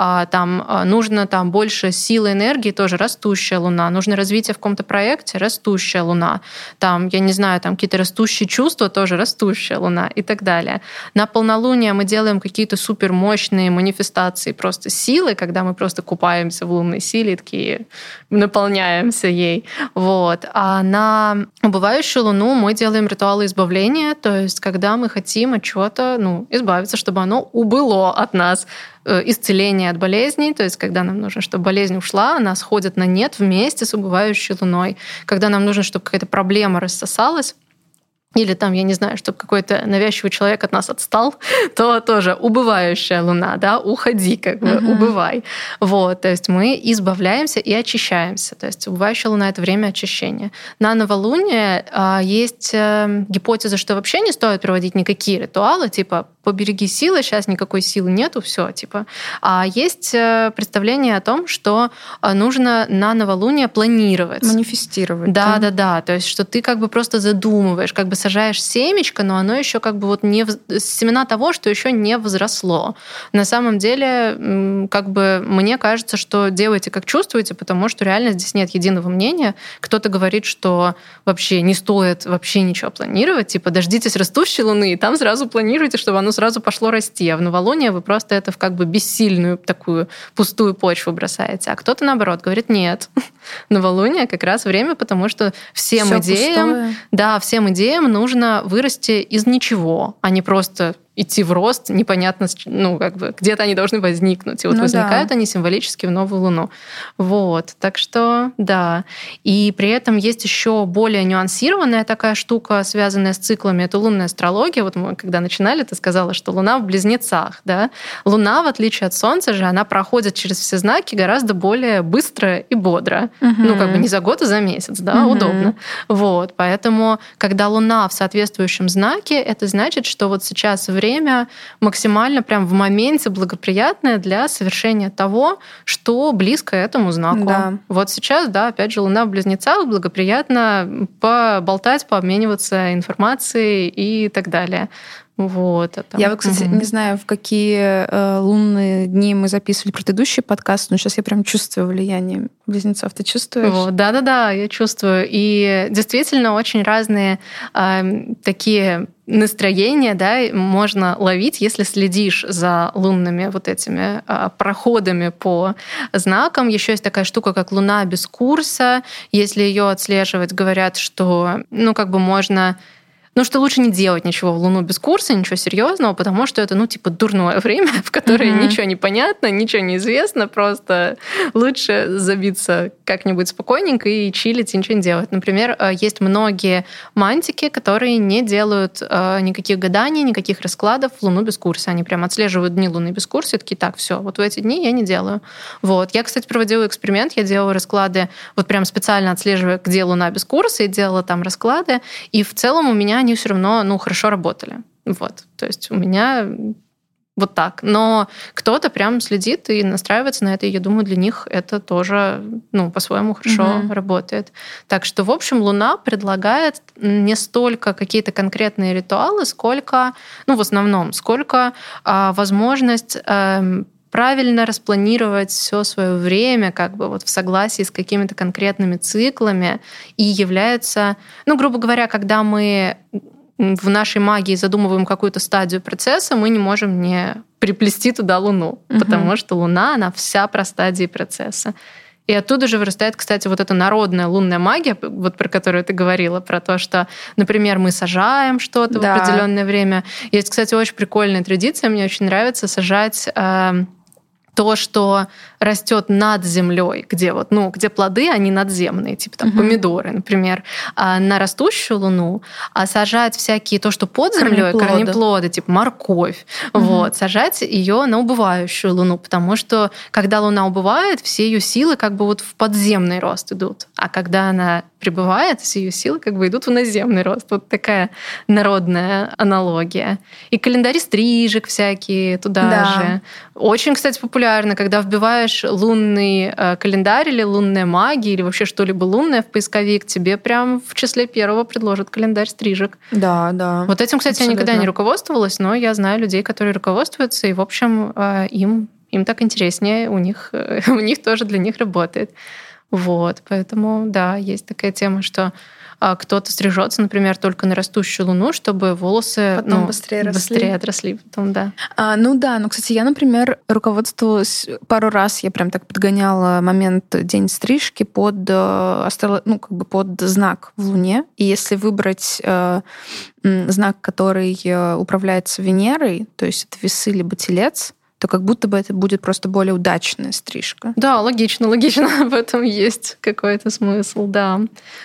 Там нужно там, больше силы, энергии, тоже растущая Луна. Нужно развитие в каком-то проекте, растущая Луна. Там, я не знаю, там какие-то растущие чувства, тоже растущая Луна и так далее. На полнолуние мы делаем какие-то супермощные манифестации просто силы, когда мы просто купаемся в лунной силе и такие наполняем ей. Вот. А на убывающую Луну мы делаем ритуалы избавления, то есть когда мы хотим от чего-то ну, избавиться, чтобы оно убыло от нас. Исцеление от болезней, то есть когда нам нужно, чтобы болезнь ушла, она сходит на нет вместе с убывающей Луной. Когда нам нужно, чтобы какая-то проблема рассосалась, или там, я не знаю, чтобы какой-то навязчивый человек от нас отстал, то тоже убывающая Луна, да, уходи, как бы, uh-huh. убывай. Вот, то есть мы избавляемся и очищаемся. То есть убывающая Луна — это время очищения. На новолуние а, есть а, гипотеза, что вообще не стоит проводить никакие ритуалы, типа побереги силы, сейчас никакой силы нету, все, типа. А есть представление о том, что нужно на новолуние планировать. Манифестировать. Да, да, да, да. То есть, что ты как бы просто задумываешь, как бы сажаешь семечко, но оно еще как бы вот не в... семена того, что еще не взросло. На самом деле, как бы мне кажется, что делайте как чувствуете, потому что реально здесь нет единого мнения. Кто-то говорит, что вообще не стоит вообще ничего планировать, типа дождитесь растущей Луны, и там сразу планируйте, чтобы оно сразу пошло расти. А в новолуние вы просто это в как бы бессильную такую пустую почву бросаете. А кто-то, наоборот, говорит, нет. Новолуние как раз время, потому что всем Всё идеям, пустое. да, всем идеям нужно вырасти из ничего, а не просто идти в рост, непонятно, ну, как бы, где-то они должны возникнуть. И вот ну, возникают да. они символически в новую Луну. Вот. Так что, да. И при этом есть еще более нюансированная такая штука, связанная с циклами. Это лунная астрология. Вот мы, когда начинали, ты сказала, что Луна в Близнецах. Да? Луна, в отличие от Солнца же, она проходит через все знаки гораздо более быстро и бодро. Угу. Ну, как бы не за год, а за месяц. Да? Угу. Удобно. Вот. Поэтому, когда Луна в соответствующем знаке, это значит, что вот сейчас время время максимально прям в моменте благоприятное для совершения того, что близко этому знаку. Да. Вот сейчас, да, опять же, Луна в Близнецах, благоприятно поболтать, пообмениваться информацией и так далее. Вот, это. Я вот, кстати, угу. не знаю, в какие э, лунные дни мы записывали предыдущий подкаст, но сейчас я прям чувствую влияние близнецов. Ты чувствуешь? Вот, да-да-да, я чувствую. И действительно очень разные э, такие настроения, да, можно ловить, если следишь за лунными вот этими э, проходами по знакам. Еще есть такая штука, как Луна без курса. Если ее отслеживать, говорят, что, ну, как бы можно... Ну, что лучше не делать ничего в Луну без курса, ничего серьезного, потому что это, ну, типа, дурное время, в которое mm-hmm. ничего не понятно, ничего не известно, просто лучше забиться как-нибудь спокойненько и чилить, и ничего не делать. Например, есть многие мантики, которые не делают никаких гаданий, никаких раскладов в Луну без курса. Они прям отслеживают дни Луны без курса и такие, так, все, вот в эти дни я не делаю. Вот. Я, кстати, проводила эксперимент, я делала расклады, вот прям специально отслеживая, где Луна без курса, и делала там расклады, и в целом у меня они все равно, ну, хорошо работали. Вот. То есть у меня вот так. Но кто-то прям следит и настраивается на это, и я думаю, для них это тоже, ну, по-своему хорошо mm-hmm. работает. Так что, в общем, Луна предлагает не столько какие-то конкретные ритуалы, сколько, ну, в основном, сколько а, возможность а, правильно распланировать все свое время, как бы вот в согласии с какими-то конкретными циклами, и является, ну, грубо говоря, когда мы в нашей магии задумываем какую-то стадию процесса, мы не можем не приплести туда Луну, угу. потому что Луна, она вся про стадии процесса. И оттуда же вырастает, кстати, вот эта народная лунная магия, вот про которую ты говорила, про то, что, например, мы сажаем что-то да. в определенное время. Есть, кстати, очень прикольная традиция, мне очень нравится сажать... то, что растет над землей, где вот, ну, где плоды, они надземные, типа там uh-huh. помидоры, например, а на растущую луну, а сажать всякие то, что под землей, корнеплоды, корнеплоды типа морковь, uh-huh. вот, сажать ее на убывающую луну, потому что когда луна убывает, все ее силы как бы вот в подземный рост идут, а когда она прибывает, все ее силы как бы идут в наземный рост. Вот такая народная аналогия. И календари стрижек всякие туда да. же. Очень, кстати, популярно, когда вбиваешь лунный календарь или лунная магия, или вообще что-либо лунное в поисковик, тебе прям в числе первого предложат календарь стрижек. Да, да. Вот этим, кстати, абсолютно. Я никогда не руководствовалась, но я знаю людей, которые руководствуются, и, в общем, им, им так интереснее, у них, у них тоже для них работает. Вот, поэтому, да, есть такая тема, что а, кто-то стрижется, например, только на растущую луну, чтобы волосы потом ну, быстрее, росли. быстрее отросли. Потом, да. А, ну да, ну, кстати, я, например, руководствовалась пару раз, я прям так подгоняла момент день стрижки под, ну, как бы под знак в Луне. И если выбрать э, знак, который управляется Венерой, то есть это весы либо телец, то как будто бы это будет просто более удачная стрижка. Да, логично, логично. В этом есть какой-то смысл, да.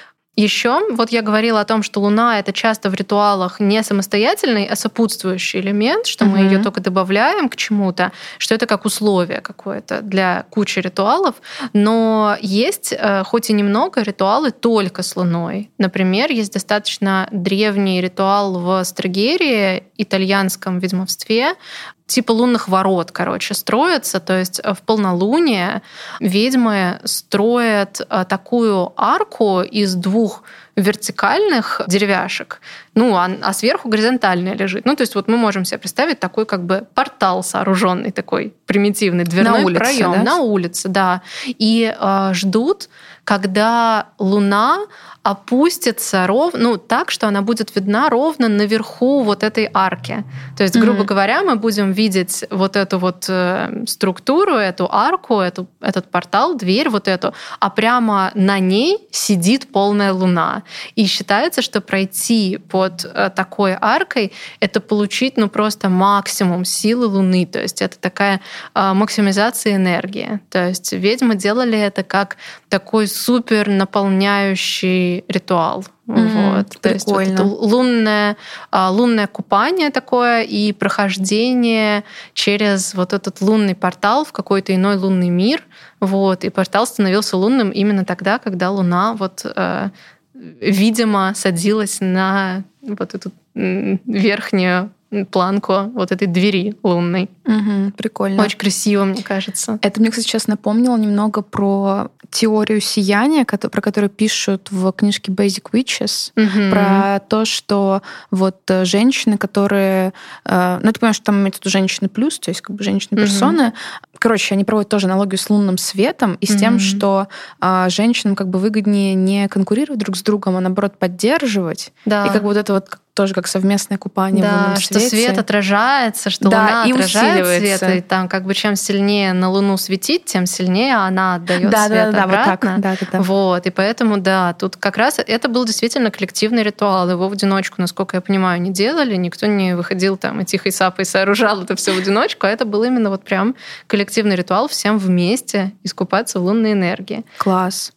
Еще вот я говорила о том, что Луна — это часто в ритуалах не самостоятельный, а сопутствующий элемент, что мы uh-huh. ее только добавляем к чему-то, что это как условие какое-то для кучи ритуалов. Но есть, хоть и немного, ритуалы только с Луной. Например, есть достаточно древний ритуал в Стригерии, итальянском ведьмовстве, типа лунных ворот, короче, строятся. То есть в полнолуние ведьмы строят такую арку из двух вертикальных деревяшек, ну, а, а сверху горизонтальная лежит. Ну, то есть вот мы можем себе представить такой как бы портал сооруженный, такой примитивный дверной на улице, проем да? на улице, да. И э, ждут, когда Луна опустится ровно, ну, так, что она будет видна ровно наверху вот этой арки. То есть, грубо mm-hmm. говоря, мы будем видеть вот эту вот э, структуру, эту арку, эту, этот портал, дверь вот эту, а прямо на ней сидит полная Луна. И считается, что пройти под э, такой аркой — это получить, ну, просто максимум силы Луны. То есть это такая э, максимизация энергии. То есть ведьмы делали это как такой супер наполняющий ритуал. Mm-hmm, вот. То есть вот это лунное, лунное купание такое и прохождение через вот этот лунный портал в какой-то иной лунный мир. Вот. И портал становился лунным именно тогда, когда Луна вот, видимо, садилась на вот эту верхнюю планку вот этой двери лунной. Угу, прикольно. Очень красиво, мне кажется. Это мне, кстати, сейчас напомнило немного про теорию сияния, про которую пишут в книжке Basic Witches, угу. про то, что вот женщины, которые... Ну, ты понимаешь, что там имеется в виду женщины плюс, то есть как бы женщины-персоны. Угу. Короче, они проводят тоже аналогию с лунным светом и с угу. тем, что женщинам как бы выгоднее не конкурировать друг с другом, а наоборот поддерживать. Да. И как бы вот это вот тоже как совместное купание да, в лунном свете. Что свет отражается, что да, Луна и отражает свет, и там как бы чем сильнее на Луну светит, тем сильнее она отдает да, свет да, обратно. Да, вот так. Да, да, да. Вот, и поэтому, да, тут как раз это был действительно коллективный ритуал. Его в одиночку, насколько я понимаю, не делали, никто не выходил там и тихой сапой сооружал это все в одиночку, а это был именно вот прям коллективный ритуал, всем вместе искупаться в лунной энергии. Класс.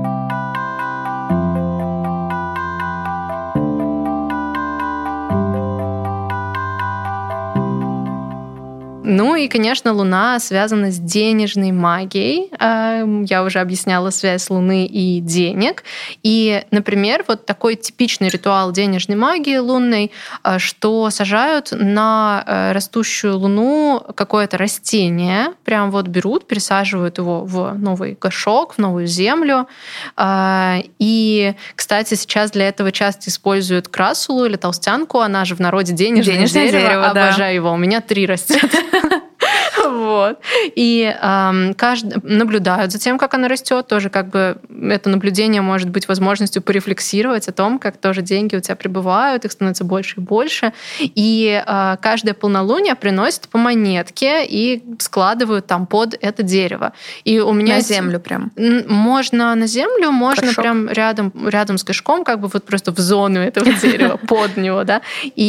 Ну и, конечно, Луна связана с денежной магией. Я уже объясняла связь Луны и денег. И, например, вот такой типичный ритуал денежной магии лунной, что сажают на растущую Луну какое-то растение, прям вот берут, пересаживают его в новый горшок, в новую землю. И, кстати, сейчас для этого часто используют красулу или толстянку, она же в народе денежное, денежное дерево, дерево, обожаю да. его, у меня три растет. Вот. И э, каждый, наблюдают за тем, как она растет. Тоже как бы это наблюдение может быть возможностью порефлексировать о том, как тоже деньги у тебя прибывают, их становится больше и больше. И э, каждое полнолуние приносит по монетке и складывают там под это дерево. И у меня на есть... землю прям? Можно на землю, можно горшок. Прям рядом, рядом с горшком, как бы вот просто в зону этого дерева, под него, да. И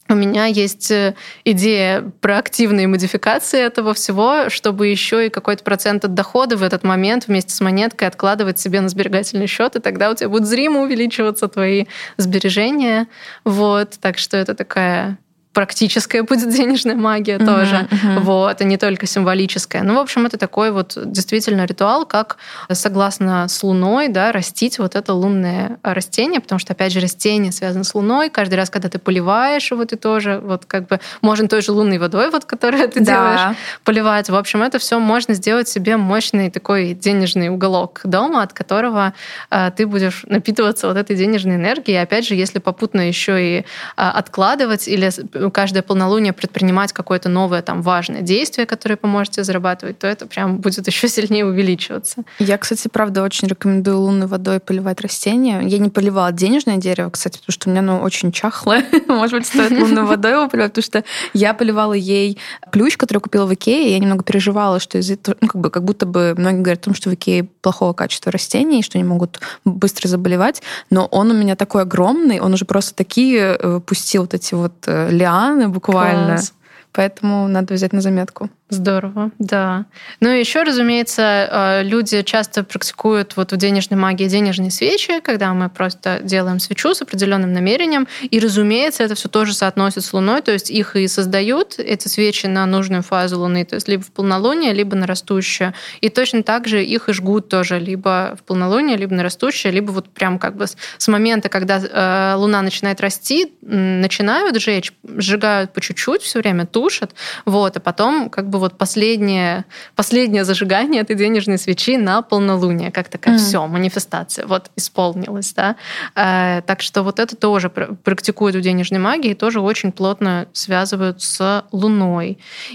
у меня есть идея про активные модификации этого всего, чтобы еще и какой-то процент от дохода в этот момент вместе с монеткой откладывать себе на сберегательный счет, и тогда у тебя будут зримо увеличиваться твои сбережения. Вот. Так что это такая практическая будет денежная магия uh-huh, тоже, uh-huh. вот, а не только символическая. Ну, в общем, это такой вот действительно ритуал, как, согласно с Луной, да, растить вот это лунное растение, потому что, опять же, растение связано с Луной. Каждый раз, когда ты поливаешь его, ты тоже, вот как бы, можно той же лунной водой, вот, которую ты да. делаешь, поливать. В общем, это все можно сделать себе мощный такой денежный уголок дома, от которого а, ты будешь напитываться вот этой денежной энергией. И, опять же, если попутно еще и а, откладывать или каждое полнолуние предпринимать какое-то новое там важное действие, которое поможет тебе зарабатывать, то это прям будет еще сильнее увеличиваться. Я, кстати, правда, очень рекомендую лунной водой поливать растения. Я не поливала денежное дерево, кстати, потому что у меня оно очень чахлое. Может быть, стоит лунной водой его поливать, потому что я поливала ей плющ, который купила в Икее, и я немного переживала, что из-за этого, ну, как бы, как будто бы многие говорят о том, что в Икее плохого качества растений, что они могут быстро заболевать, но он у меня такой огромный, он уже просто такие пустил вот эти вот лианы буквально. Класс. Поэтому надо взять на заметку. Здорово, да. Ну и еще, разумеется, люди часто практикуют вот в денежной магии денежные свечи, когда мы просто делаем свечу с определенным намерением, и, разумеется, это все тоже соотносится с Луной, то есть их и создают, эти свечи, на нужную фазу Луны, то есть либо в полнолуние, либо на растущее. И точно так же их и жгут тоже либо в полнолуние, либо на растущее, либо вот прям как бы с момента, когда Луна начинает расти, начинают жечь, сжигают по чуть-чуть все время, тушат, вот, а потом как бы вот последнее, последнее зажигание этой денежной свечи на полнолуние, как такая mm. все, манифестация, вот исполнилась, да. Э, так что вот это тоже практикуют в денежной магии, тоже очень плотно связывают с Луной.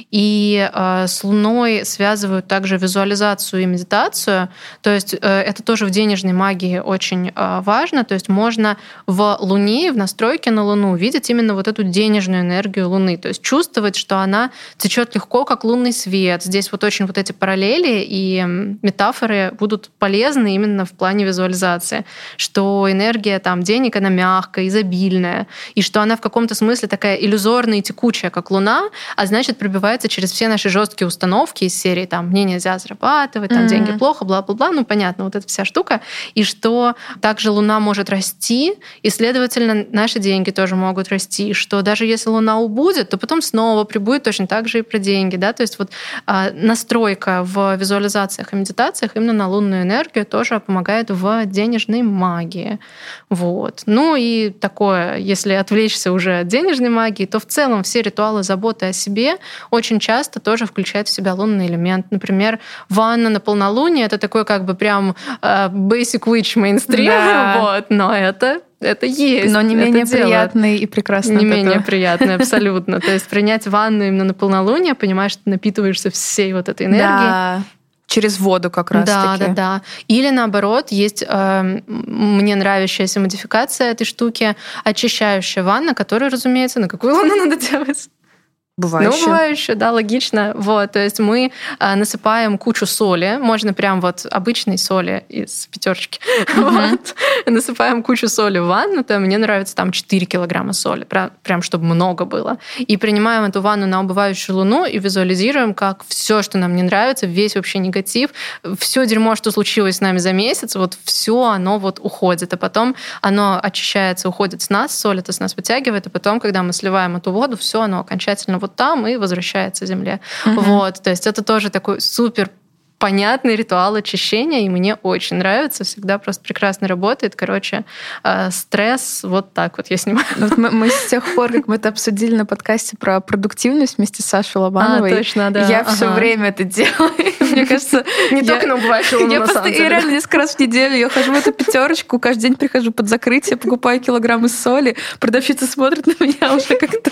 И э, с Луной связывают также визуализацию и медитацию, то есть э, это тоже в денежной магии очень э, важно, то есть можно в Луне, в настройке на Луну видеть именно вот эту денежную энергию Луны, то есть чувствовать, что она течет легко, как лунный свет. Здесь вот очень вот эти параллели и метафоры будут полезны именно в плане визуализации, что энергия там денег, она мягкая, изобильная, и что она в каком-то смысле такая иллюзорная и текучая, как Луна, а значит, пробивается через все наши жесткие установки из серии там «мне нельзя зарабатывать», там mm-hmm. «деньги плохо», бла-бла-бла, ну понятно, вот эта вся штука, и что также Луна может расти, и, следовательно, наши деньги тоже могут расти, что даже если Луна убудет, то потом снова прибудет точно так же и про деньги, да, то есть вот а, настройка в визуализациях и медитациях именно на лунную энергию тоже помогает в денежной магии. Вот. Ну и такое, если отвлечься уже от денежной магии, то в целом все ритуалы заботы о себе очень часто тоже включают в себя лунный элемент. Например, ванна на полнолуние — это такой как бы прям uh, basic witch mainstream, да. Вот, но это Это есть. Но не менее приятный и прекрасный. Не менее приятный, абсолютно. То есть принять ванну именно на полнолуние, понимаешь, что ты напитываешься всей вот этой энергией. Да. Через воду как раз-таки. Да, да, да. Или наоборот, есть э, мне нравящаяся модификация этой штуки, очищающая ванна, которую, разумеется, на какую луну надо делать? Бывающе. Ну, бывающе, да, логично. Вот, то есть мы а, насыпаем кучу соли, можно прям вот обычной соли из пятерочки, mm-hmm. вот, насыпаем кучу соли в ванну, то мне нравится там четыре килограмма соли, прям, прям чтобы много было. И принимаем эту ванну на убывающую луну и визуализируем, как все, что нам не нравится, весь вообще негатив, все дерьмо, что случилось с нами за месяц, вот все оно вот уходит, а потом оно очищается, уходит с нас, соль это с нас вытягивает, а потом, когда мы сливаем эту воду, все оно окончательно вот там и возвращается Земле. Mm-hmm. Вот, то есть это тоже такой супер понятный ритуал очищения, и мне очень нравится, всегда просто прекрасно работает. Короче, э, стресс вот так вот я снимаю. Вот мы, мы с тех пор, как мы это обсудили на подкасте про продуктивность вместе с Сашей Лобановой, а, точно, да. я ага. все время это делаю. Мне кажется, не только на убывающую луну, на самом деле. Я реально несколько раз в неделю я хожу в эту пятерочку, каждый день прихожу под закрытие, покупаю килограммы соли, продавщица смотрит на меня уже как-то.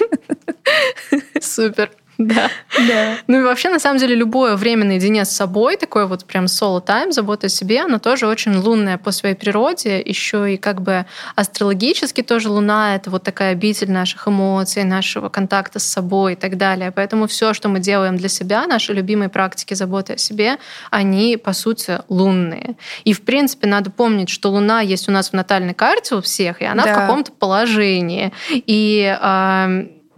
Супер. Да. да. Ну и вообще, на самом деле, любое время наедине с собой, такое вот прям соло-тайм, забота о себе, оно тоже очень лунное по своей природе, еще и как бы астрологически тоже Луна — это вот такая обитель наших эмоций, нашего контакта с собой и так далее. Поэтому все, что мы делаем для себя, наши любимые практики заботы о себе, они, по сути, лунные. И, в принципе, надо помнить, что Луна есть у нас в натальной карте у всех, и она да. в каком-то положении. И э,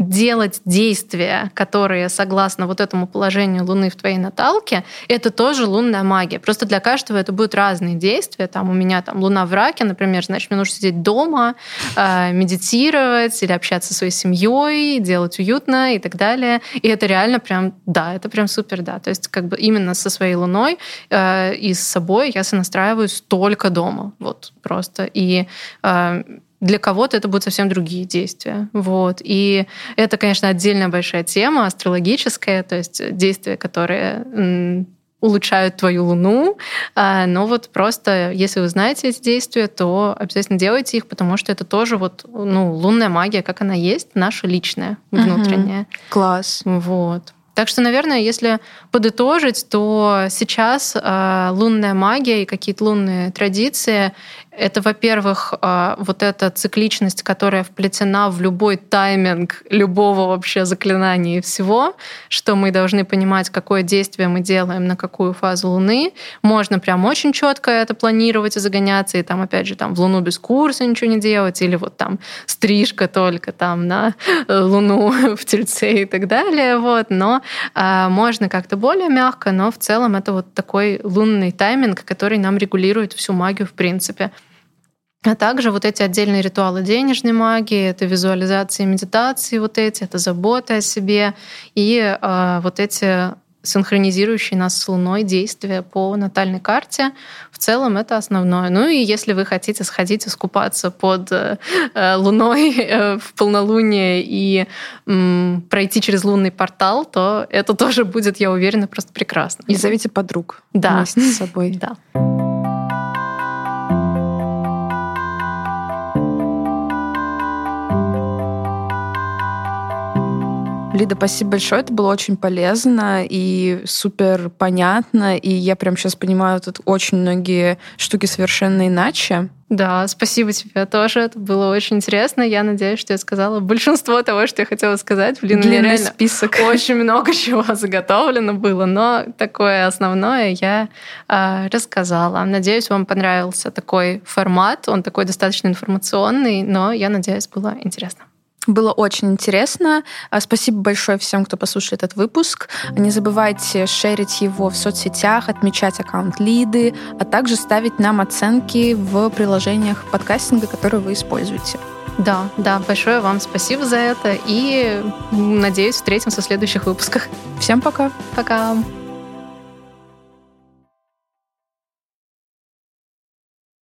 делать действия, которые согласно вот этому положению Луны в твоей наталке, это тоже лунная магия. Просто для каждого это будут разные действия. Там у меня там Луна в Раке, например, значит, мне нужно сидеть дома, э, медитировать или общаться со своей семьей, делать уютно и так далее. И это реально прям, да, это прям супер, да. То есть как бы именно со своей Луной э, и с собой я сонастраиваюсь только дома. Вот просто. И э, для кого-то это будут совсем другие действия. Вот. И это, конечно, отдельная большая тема, астрологическая, то есть действия, которые м, улучшают твою Луну. А, но вот просто, если вы знаете эти действия, то обязательно делайте их, потому что это тоже вот, ну, лунная магия, как она есть, наша личная, внутренняя. Угу. Класс. Вот. Так что, наверное, если подытожить, то сейчас э, лунная магия и какие-то лунные традиции — это, во-первых, э, вот эта цикличность, которая вплетена в любой тайминг любого вообще заклинания и всего, что мы должны понимать, какое действие мы делаем на какую фазу Луны. Можно прям очень четко это планировать и загоняться, и там, опять же, там в Луну без курса ничего не делать, или вот там стрижка только там на Луну в Тельце и так далее. Вот. Но э, можно как-то более мягко, но в целом это вот такой лунный тайминг, который нам регулирует всю магию в принципе. А также вот эти отдельные ритуалы денежной магии, это визуализации, медитации, вот эти, это забота о себе и э, вот эти синхронизирующие нас с Луной действия по натальной карте. В целом это основное. Ну и если вы хотите сходить искупаться под э, Луной э, в полнолуние и э, пройти через лунный портал, то это тоже будет, я уверена, просто прекрасно. И зовите подруг. Да. Вместе с собой. Да. Лида, спасибо большое, это было очень полезно и супер понятно, и я прям сейчас понимаю тут очень многие штуки совершенно иначе. Да, спасибо тебе тоже, это было очень интересно. Я надеюсь, что я сказала большинство того, что я хотела сказать. Блин, длинный у меня реально список. Очень много чего заготовлено было, но такое основное я э, рассказала. Надеюсь, вам понравился такой формат, он такой достаточно информационный, но я надеюсь, было интересно. Было очень интересно. Спасибо большое всем, кто послушал этот выпуск. Не забывайте шерить его в соцсетях, отмечать аккаунт Лиды, а также ставить нам оценки в приложениях подкастинга, которые вы используете. Да, да, большое вам спасибо за это и надеюсь, встретимся в следующих выпусках. Всем пока. Пока.